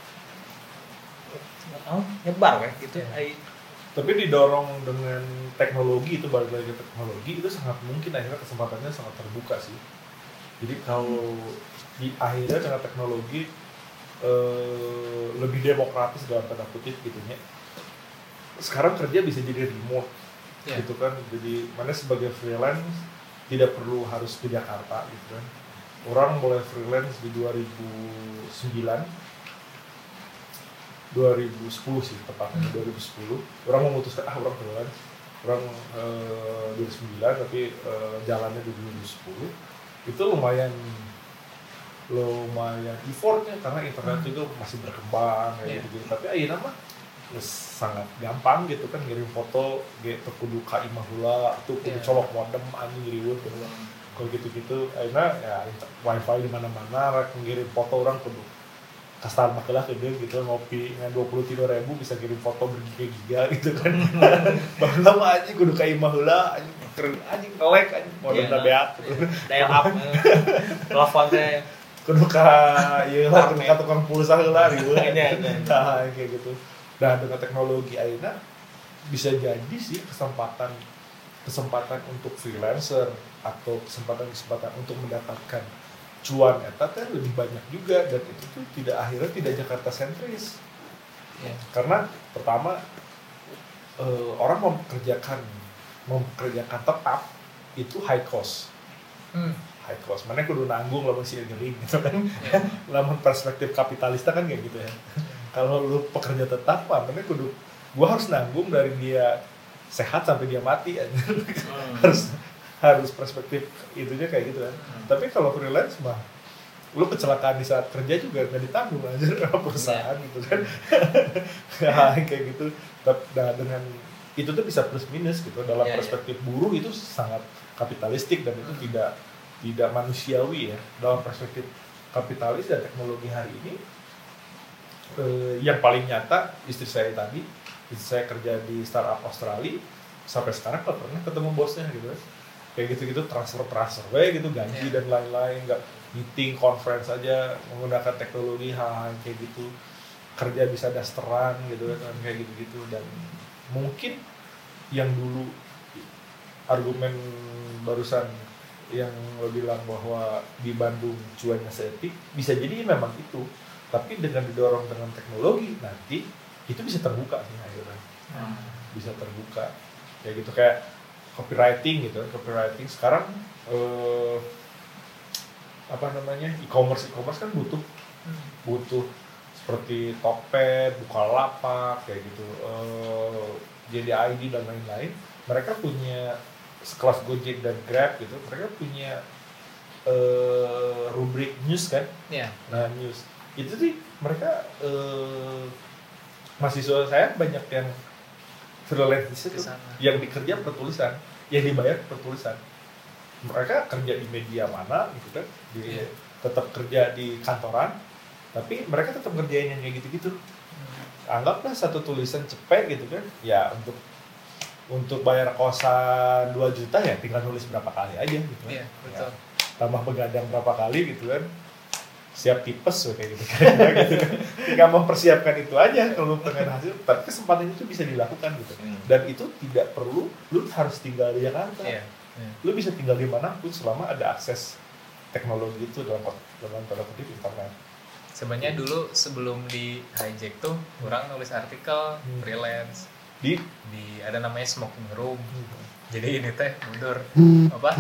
nyebar kayak gitu tapi didorong dengan teknologi itu balik lagi ke teknologi itu sangat mungkin akhirnya kesempatannya sangat terbuka sih jadi kalau di akhirnya dengan teknologi lebih demokratis dalam tanda kutip gitunya sekarang kerja bisa jadi remote gitu kan jadi mana sebagai freelance tidak perlu harus ke Jakarta gitu kan orang mulai freelance di 2010 sih tepatnya 2010 orang memutuskan orang freelance orang 2009 tapi jalannya di 2010 itu lumayan effortnya karena internet juga masih berkembang kayak gitu tapi akhirnya mah sangat gampang gitu kan ngirim foto gitu kudu ka imah heula tuh kudu colok modem anjing riweuh gitu kalau gitu-gitu akhirnya ya wifi di mana-mana rek ngirim foto orang kudu ka Starbucks lah gitu ngopi dengan 23.000 bisa kirim foto bergiga-giga gitu kan baru lama anjing kudu ka imah heula anjing ngelek anjing modemna beak dial up telepon teh kudu ka ieu lah kudu ka tukang pulsa heula riweuh nah kayak gitu. Nah dengan teknologi akhirnya bisa jadi sih kesempatan untuk freelancer atau kesempatan untuk mendapatkan cuan eta teh lebih banyak juga dan itu tuh akhirnya tidak Jakarta sentris karena pertama orang mempekerjakan tetap itu high cost mana kudu nanggung lamun sieun geuning gitu kan lamun perspektif kapitalista kan kayak gitu ya kalau lu pekerja tetap mah mana kudu gua harus nanggung dari dia sehat sampai dia mati harus perspektif itunya kayak gitu kan tapi kalau freelance mah lu kecelakaan di saat kerja juga nggak ditanggung aja perusahaan gitu kan kayak gitu nah dengan itu tuh bisa plus minus gitu dalam perspektif buruh itu sangat kapitalistik dan itu tidak manusiawi ya dalam perspektif kapitalis dan teknologi hari ini yang paling nyata istri saya kerja di startup Australia sampai sekarang nggak pernah ketemu bosnya gitu kayak gitu transfer gitu gaji dan lain-lain nggak meeting conference aja menggunakan teknologi hal-hal kayak gitu kerja bisa dasteran gitu kan kayak gitu dan mungkin yang dulu argumen barusan yang lo bilang bahwa di Bandung cuannya sepi bisa jadi memang itu tapi dengan didorong dengan teknologi nanti itu bisa terbuka sih akhirnya bisa terbuka kayak gitu kayak copywriting copywriting sekarang e-commerce kan butuh seperti Tokped, Bukalapak kayak gitu JDID dan lain-lain mereka punya sekelas Gojek dan Grab gitu, mereka punya rubrik news kan. Iya. Nah news itu sih mereka mahasiswa saya banyak yang freelance di situ, Kesana. yang dikerja per tulisan, yang dibayar per tulisan. Mereka kerja di media mana gitu kan, Iya. tetap kerja di kantoran, tapi mereka tetap kerjain yang kayak gitu-gitu. Anggaplah satu tulisan cepet gitu kan, ya untuk bayar kosan 2 juta ya tinggal nulis berapa kali aja gitu kan. Iya, betul. Ya, tambah begadang berapa kali gitu kan, siap tipes kayak gitu kan. Gitu kan. Tinggal mempersiapkan itu aja kalau pengen hasil, tapi kesempatan itu bisa dilakukan gitu. Dan itu tidak perlu lu harus tinggal di Jakarta. Iya. Lu bisa tinggal di manapun selama ada akses teknologi itu dalam tanda kutip internet. Sebenarnya dulu sebelum di hijack tuh orang nulis artikel freelance Di ada namanya smoking room. Jadi ini teh mundur apa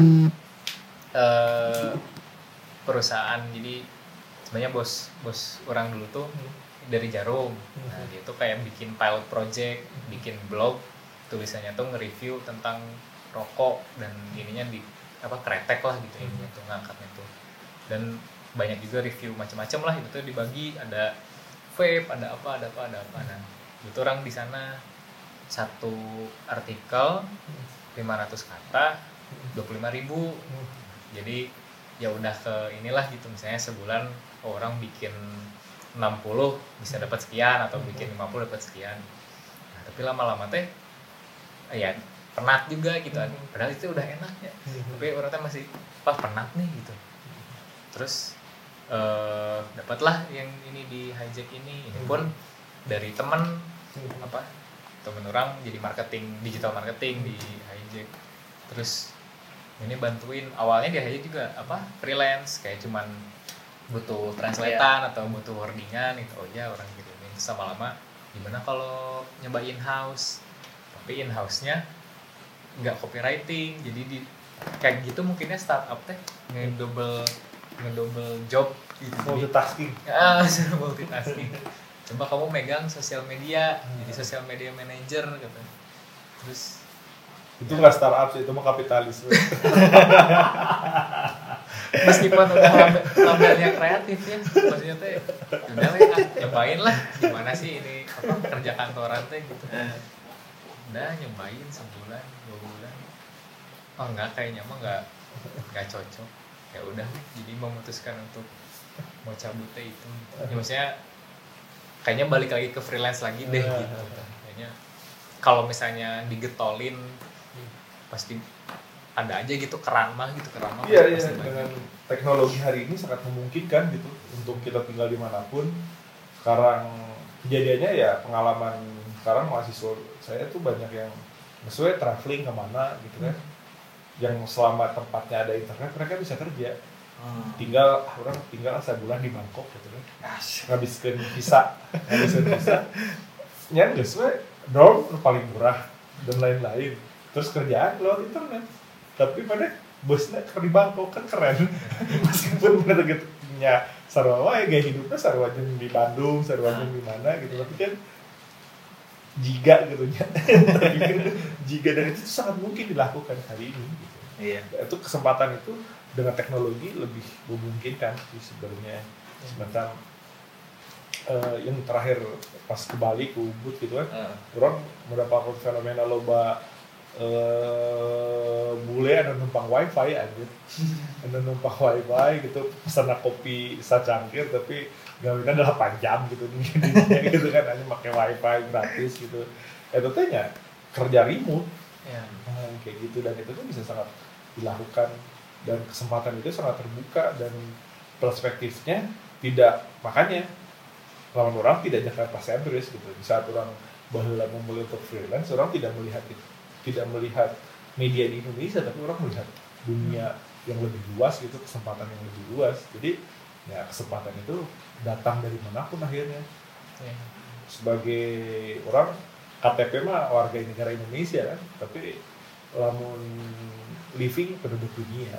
perusahaan. Jadi sebenarnya bos orang dulu tuh dari Jarum. Nah dia tuh kayak bikin pilot project, bikin blog, tulisannya tuh nge-review tentang rokok dan ininya di apa kretek lah gitu ininya tuh ngangkatnya tuh. Dan banyak juga review macam-macam lah itu tuh dibagi, ada vape, ada apa. Nah itu orang di sana satu artikel 500 kata 25.000. Jadi ya udah ke inilah gitu, misalnya sebulan orang bikin 60 bisa dapat sekian atau bikin 50 dapat sekian. Nah, tapi lama-lama teh ya penat juga gitu. Padahal itu udah enak ya. Tapi orang teh masih penat nih gitu. Terus dapatlah yang ini di hijack ini pun dari teman orang jadi digital marketing di hijack. Terus ini bantuin awalnya di hijack juga freelance kayak cuman butuh translatean atau butuh wordingan itu aja orang kirimin. Sama lama gimana kalau nyoba in-house, tapi in-house-nya nggak copywriting, jadi kayak gitu mungkinnya startup teh ngedouble job gitu. multitasking. Multitasking. Coba kamu megang sosial media, jadi sosial media manager gitu. Terus itu nggak startup sih, itu mah kapitalisme. meskipun udah labelnya kreatif ya, maksudnya teh udah nyobain lah gimana sih ini kerja kantoran teh gitu. Udah nyobain sebulan 2 bulan, oh enggak, kayaknya mah enggak cocok. Ya udah, jadi memutuskan untuk mau cabut itu. Ya, maksudnya kayaknya balik lagi ke freelance lagi deh gitu. Kayaknya kalau misalnya digetolin pasti ada aja gitu keran mah. Iya, dengan teknologi hari ini sangat memungkinkan gitu untuk kita tinggal dimanapun. Sekarang kejadiannya ya pengalaman sekarang mahasiswa saya tuh banyak yang sesuai traveling kemana gitu kan. Yang selama tempatnya ada internet mereka bisa kerja. Tinggal sebulan di Bangkok gitu kan. Ngabiskeun visa. Nya geus we dorm paling murah dan lain-lain. Terus kerjaan lewat internet. Tapi pada bosnya di Bangkok kan keren. Meskipun bener gitu punya sarua wae gaya hidupnya sarua jeung di Bandung, sarua jeung di mana gitu. Tapi kan jika gitu nya. Jika dan itu sangat mungkin dilakukan hari ini gitu. Iya. Itu kesempatan itu dengan teknologi lebih memungkinkan sih sebenarnya. Semacam yang terakhir pas ke Bali ke Ubud gitu kan. Orang mendapatkan fenomena loba bule anu numpang wifi aja. Anu numpang wifi gitu, pesan kopi secangkir tapi gawina 8 jam gitu gitu kan, hanya pakai wifi gratis gitu. Itu teh nya kerja remote. Ya. Kayak gitu, dan itu tuh bisa sangat dilakukan dan kesempatan itu sangat terbuka dan perspektifnya tidak, makanya lawan orang tidak Jakarta sentris gitu. Di saat orang baheula memulai untuk freelance, orang tidak melihat media di Indonesia, tapi orang melihat dunia yang lebih luas gitu, kesempatan yang lebih luas. Jadi ya kesempatan itu datang dari manapun akhirnya. Sebagai orang KTP mah warga negara Indonesia kan, tapi lamun living penduduk dunia.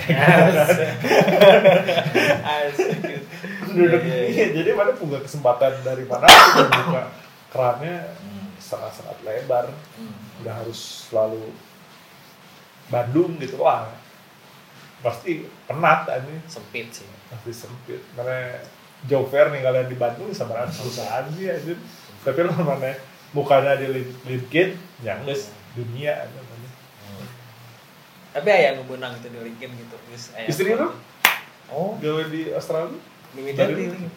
Penduduk dunia. Jadi mana punya kesempatan dari mana pun buka kerannya sangat-sangat lebar. Udah harus selalu Bandung gitu, wah pasti penat aja, Sempit sih. pasti sempit. Karena job fair nih kalian di Bandung sama perusahaan sih aja. Tapi lo mana mukanya di LinkedIn, ya nges dunia aja namanya. Tapi aya nu beunang gitu di LinkedIn gitu. Geus aya. Istri lo? Oh, Gawe di Australia? di media Dari- di LinkedIn.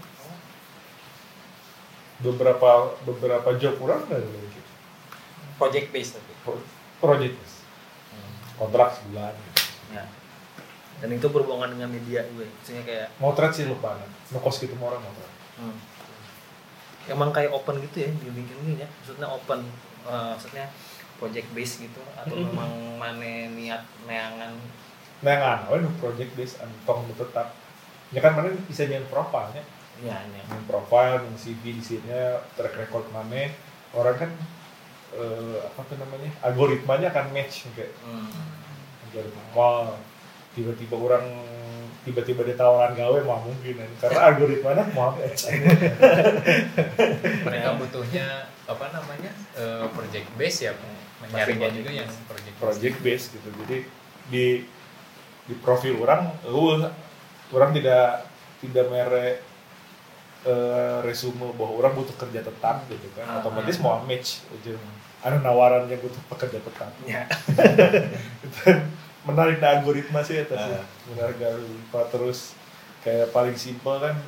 beberapa job kurang dari LinkedIn. Project based tapi. Project kontrak sebulan gitu. Ya. Dan itu berhubungan dengan media gue. Maksudnya kayak Motret sih lupa kan, ngekos gitu mau orang motret. emang kayak open gitu ya di LinkedIn ini ya. Maksudnya open, maksudnya project based gitu atau memang mana niat neangan. Nah yang anu project based antong tetap. Ya kan mana bisa nyen profilnya, Ya, ya. nyen profile, nyen CV di sini, track record mana orang kan apa tuh namanya algoritmanya akan match kayak algoritma. Wah, tiba-tiba dia tawaran gawe mah mungkin karena algoritmanya mau match. Mereka butuhnya apa namanya project base ya, mencarinya juga yang Project based gitu. Jadi di profil orang tidak mere resume bahwa orang butuh kerja tetap gitu kan, otomatis mau match aja. Ada nawarannya butuh pekerja tetap. Ya. Itu menarik algoritma sih itu sih. Menarik algoritma. Terus kayak paling simpel kan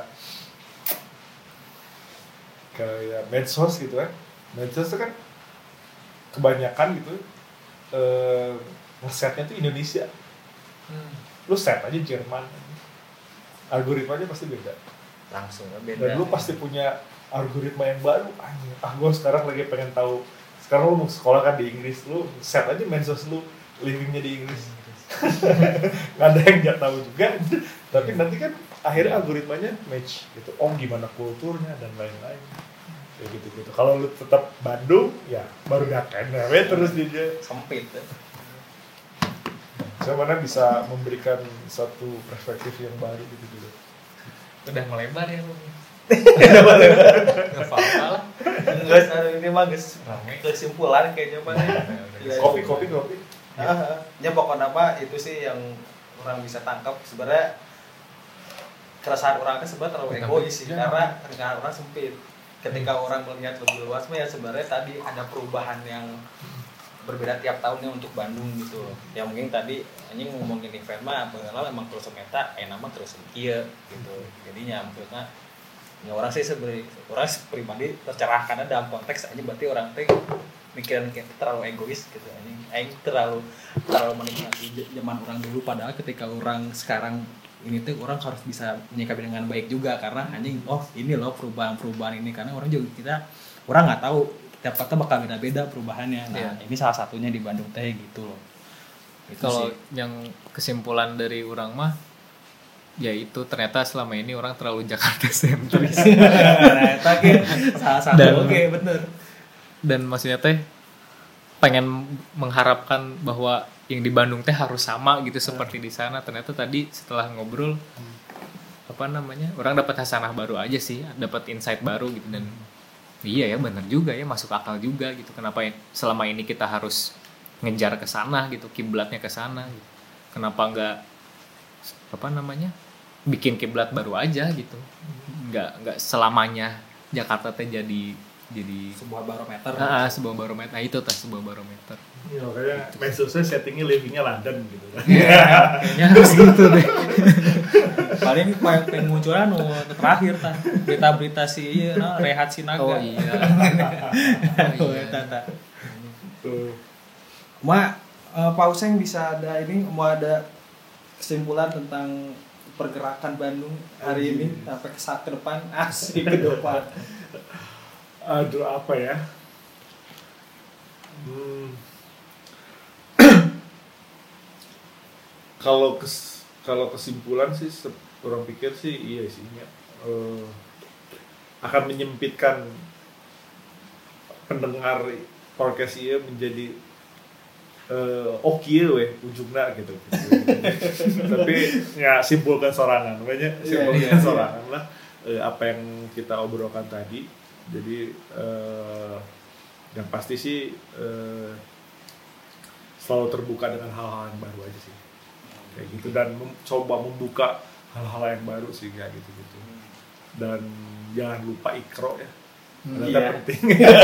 kayak medsos gitu kan. Medsos itu kan kebanyakan gitu nge-setnya tuh Indonesia. Lu set aja Jerman. Algoritmanya pasti beda. Langsung beda. Dan lu pasti punya algoritma yang baru. Gue sekarang lagi pengen tahu. Sekarang lu mau sekolah kan di Inggris, lu set aja medsos lu livingnya di Inggris. Nggak ada yang nggak tahu juga. Tapi nanti kan akhirnya algoritmanya match gitu. Oh gimana kulturnya dan lain-lain. Kayak gitu-gitu. Kalau lu tetap Bandung, ya baru dakan terus dia Sempit ya. saya mana bisa memberikan satu perspektif yang baru gitu juga. udah melebar ya lu. Enggak boleh. Nggak apa-apa lah. Enggak, ini mah geus Rame. kesimpulan kayaknya Pak. Ya, Kopi. Ya pokoknya apa itu sih yang orang bisa tangkap sebenarnya keresahan orang itu sebenarnya terlalu egois sih karena orang sempit. Ketika orang melihat lebih luas mah ya sebenarnya tadi ada perubahan yang berbeda tiap tahunnya untuk Bandung gitu. Ya mungkin tadi anjing ngomongin event mah beneran emang terus meta nama terus kieu gitu. Jadinya maksudnya ya orang sih sebenarnya orang pribadi tercerahkan dalam konteks aja berarti orang teh mikiran kayak terlalu egois gitu anjing terlalu menikmati zaman orang dulu padahal ketika orang sekarang ini tuh orang harus bisa menyikapi dengan baik juga karena anjing ini loh perubahan ini karena orang juga orang nggak tahu tiap kota bakal beda-beda perubahannya. Nah, ini salah satunya di Bandung teh gitu loh. Kalau yang kesimpulan dari orang mah ya itu ternyata selama ini orang terlalu Jakarta sentris. Ternyata salah satu bener. Dan maksudnya teh pengen mengharapkan bahwa yang di Bandung teh harus sama gitu seperti di sana. Ternyata tadi setelah ngobrol apa namanya orang dapat hasanah baru aja sih, dapat insight baru gitu dan iya ya benar juga ya masuk akal juga gitu. Kenapa selama ini kita harus ngejar ke sana gitu, kiblatnya ke sana gitu. Kenapa enggak apa namanya bikin kiblat baru aja gitu. Enggak selamanya Jakarta teh jadi sebuah barometer. Sebuah barometer. Nah, itu teh sebuah barometer. Iya, makanya medsosnya settingnya livingnya London gitu kan. Kayaknya harus gitu deh. Paling pengunculan terakhir tah berita-berita si Rehat Sinaga. Oh iya. Tata. Pak Useng bisa ada mau ada kesimpulan tentang pergerakan Bandung hari ini sampai ke depan asik ke depan. Aduh apa ya? Kalau kesimpulan sih orang pikir sih iya sih akan menyempitkan pendengar podcast iya menjadi ujungnya gitu. Tapi ya simpulkan sorangan sorangan lah apa yang kita obrolkan tadi. Jadi yang pasti sih selalu terbuka dengan hal-hal yang baru aja sih kayak gitu, dan coba membuka hal-hal yang baru sih kayak gitu dan jangan lupa ikro ya. Ternyata penting.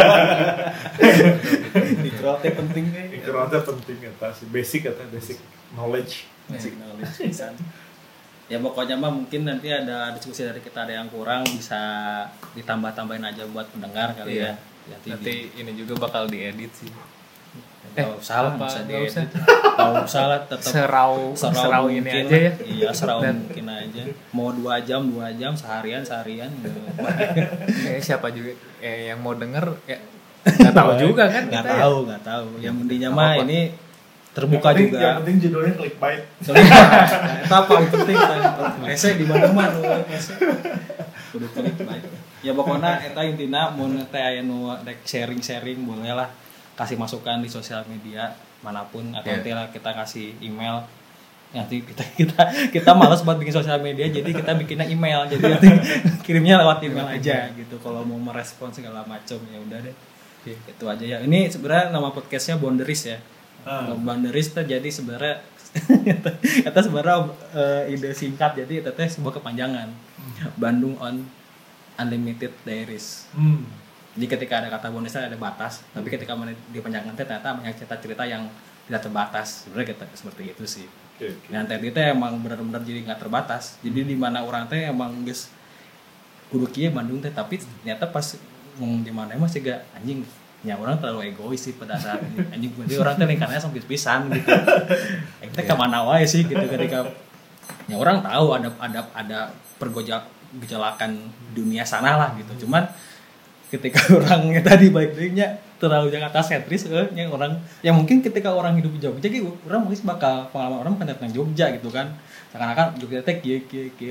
Ikro teh penting nih. Ikro teh penting eta sih, basic knowledge. Basic knowledge pisan. Ya pokoknya mah mungkin nanti ada diskusi dari kita, ada yang kurang bisa ditambah-tambahin aja buat pendengar kali ya. Nanti ini juga bakal diedit sih. Nggak usah lah, apa, bisa nggak diedit. usah. Nggak usah lah, tetap serau ini mungkin aja lah. ya. Iya, serau Dan- mungkin aja. Mau 2 jam, seharian gitu. Siapa juga yang mau denger ya nggak tahu juga kan Nggak kita ya. tahu. Yang intinya Nggak mah apa-apa. ini terbuka juga. Yang penting judulnya clickbait. Itu apa yang penting kan? Ese di mana-mana ese. Kudu klik baik. Ya pokoknya eta intina mun teh aya nu rek sharing boleh lah kasih masukan di sosial media manapun atau nanti lah kita kasih email. Nanti kita malas buat bikin sosial media, jadi kita bikinnya email, jadi nanti kirimnya lewat email aja gitu kalau mau merespon segala macam. Ya udah deh, itu aja ya. Ini sebenarnya nama podcastnya Boundaries ya. Boundaries tuh jadi sebenarnya kata sebenarnya ide singkat, jadi itu teh sebuah kepanjangan Bandung on Unlimited Diaries. Jadi ketika ada kata boundaries ada batas, tapi ketika dipanjangkan teh ternyata banyak cerita-cerita yang tidak terbatas. Sebenarnya kita seperti itu sih. Yang tadi teh emang benar-benar jadi nggak terbatas. Jadi di mana orang teh emang geus kudu kieu Bandung teh, tapi ternyata pas ngomong di mana emang sih gak anjing. Ya orang terlalu egois sih pada saat ini. Anjing berarti orang teh lingkarannya sampai pisan gitu. Kita kemana wae sih gitu ketika ya orang tahu ada pergejolakan dunia sana lah gitu. Cuman ketika orangnya tadi baik-baiknya terlalu Jakarta sentris yang orang yang mungkin ketika orang hidup di Jogja gitu orang mungkin bakal pengalaman orang bukan tentang Jogja gitu kan, seakan-akan Jogja teh kieu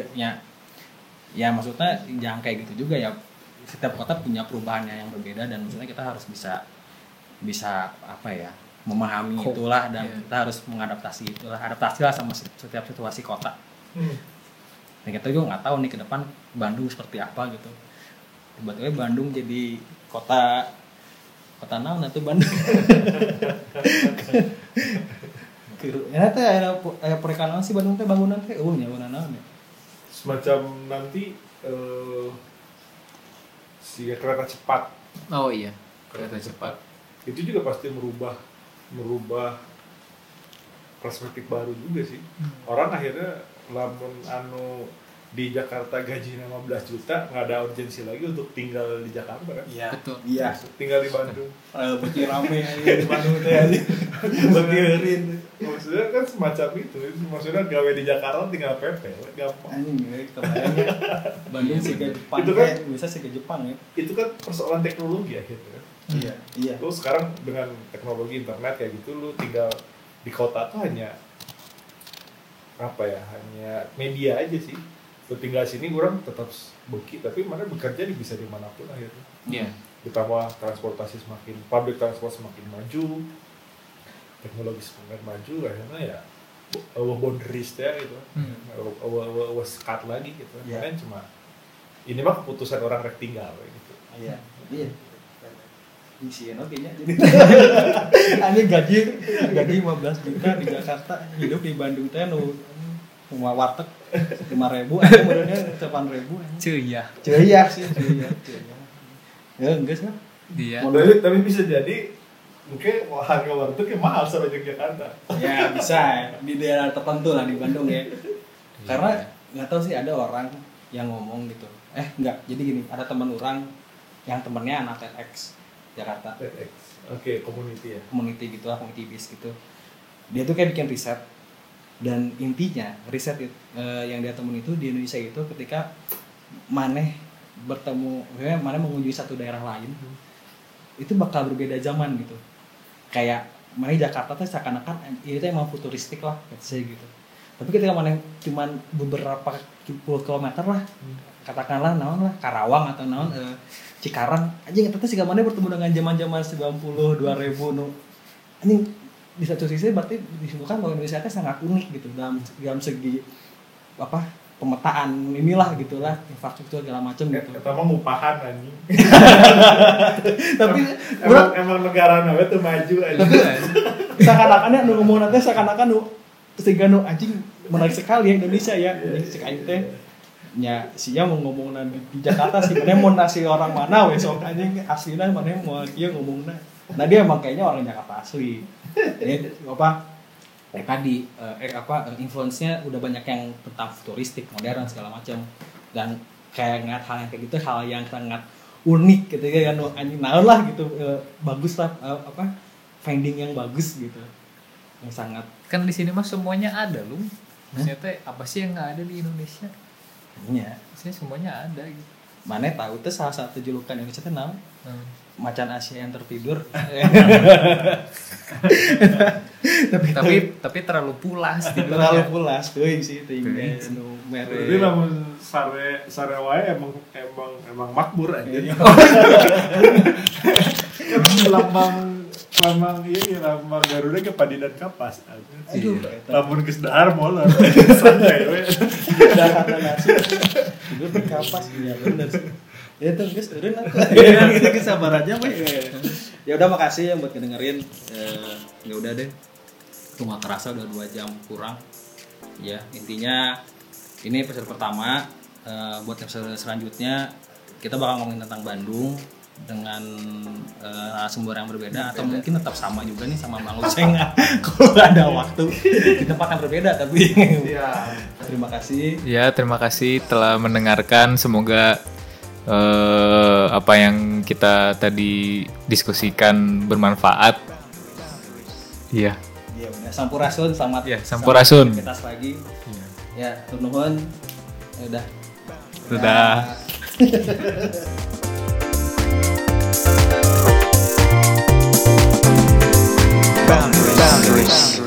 ya maksudnya jangan kayak gitu juga ya, setiap kota punya perubahannya yang berbeda dan maksudnya kita harus bisa apa ya memahami itulah dan kita harus adaptasi lah sama setiap situasi kota. Dan kita juga nggak tahu nih ke depan Bandung seperti apa gitu. Tiba-tiba Bandung jadi kota naon atuh Bandung. Enak teh aya perikanan sih Bandung teh bangunan teh nya bangunan naon ya. Semacam nanti si kereta cepat. Oh iya, kereta cepat. Itu juga pasti merubah perspektif baru juga sih. Orang akhirnya lamun di Jakarta gaji 15 juta, nggak ada urgensi lagi untuk tinggal di Jakarta kan? Iya. Betul. Iya. Tinggal di Bandung. Beki rame aja di Bandung teh aja. Bekirin. Maksudnya kan semacam itu. Maksudnya gawe di Jakarta tinggal PP, gampang. Anjing kebayangnya. Bandung sih ke Jepang. Itu kan bisa sih ke Jepang ya. Itu kan persoalan teknologi akhirnya. Iya. Terus sekarang dengan teknologi internet kayak gitu, lu tinggal di kota tuh hanya media aja sih. Lu tinggal sini orang tetap beki, tapi mana bekerja bisa dimanapun akhirnya. Iya. Ditambah transportasi public transport semakin maju, teknologi semakin maju, akhirnya ya boundaries ya gitu, sekat lagi gitu. Kan cuma ini mah keputusan orang rek tinggal gitu. Iya. Isi kayaknya jadi aneh gaji 15 juta di Jakarta, hidup di Bandung teh rumah warteg 5.000 aja modalnya 8.000 Cuy ya. Ceuyah sih ya enggak sih Iya. Tapi bisa jadi mungkin harga warteg mahal sama Jakarta. ya bisa di daerah tertentu lah di Bandung ya, karena nggak tahu sih ada orang yang ngomong gitu enggak, jadi gini, ada teman orang yang temennya anak TEDx Jakarta. Oke, community ya. Community gitu lah, community bis gitu. Dia tuh kayak bikin riset, dan intinya riset yang dia temuin itu di Indonesia itu ketika maneh mengunjungi satu daerah lain itu bakal berbeda zaman gitu. Kayak maneh Jakarta tuh seakan-akan itu emang futuristik lah saya gitu. Tapi ketika maneh cuman beberapa puluh kilometer lah, katakanlah naon lah Karawang atau naon Cikarang aja kita sih gamane bertemu dengan zaman-zaman 90 2000 anjing di satu sisi berarti disimpulkan bahwa Indonesia itu sangat unik gitu dalam segi pemetaan inilah gitulah, infrastruktur segala macam gitu. Kita mah ngupahan anjing. Tapi emang negara nawe tuh maju aja. seakan-akan nu ngomong nanti seakan-akan nu sehingga nu anjing menarik sekali ya Indonesia ya. Cek aing teh nya sia mau ngomongna di Jakarta sih mana mau nasi orang mana we sok anjing aslina mana mau kieu ngomongna. Nah dia emang kayaknya orang Jakarta asli. Ini apa? Tadi influence-nya udah banyak yang tentang futuristik, modern segala macam. Dan kayak ngeliat hal yang kayak gitu hal yang sangat unik gitu ya anjing naon lah gitu. Bagus lah finding yang bagus gitu. Yang sangat Kan di sini mah semuanya ada lu. Maksudnya teh apa sih yang nggak ada di Indonesia? Iya. Maksudnya semuanya ada gitu. Mana tahu tuh salah satu julukan Indonesia teh naon? Macan Asia yang tertidur. tapi terlalu pulas Terlalu pulas teuing sih teuing nu mere. Jadi lamun sare wae emang makmur aja. Lambang Garuda ke Padinan Kapas. Aduh, lamun geus dahar molor. Santai we. dahar nasi. Tidur di kapas ya bener sih. Ya tuh guys, udah kita sabar aja we. Ya udah makasih yang buat ngedengerin. Ya udah deh. Tuh gak kerasa udah 2 jam kurang. Ya, intinya ini episode pertama. Buat episode selanjutnya kita bakal ngomongin tentang Bandung dengan sumber yang berbeda atau mungkin tetap sama juga nih sama Mang Luceng. Kalau ada waktu di tempat yang berbeda tapi ya. Terima kasih. Ya, terima kasih telah mendengarkan. Semoga apa yang kita tadi diskusikan bermanfaat. Iya. Iya, udah sampurasun selamat. Ya, sampurasun. Aktivitas lagi. Ya, turnuhun. Ya udah. Sudah. Boundaries.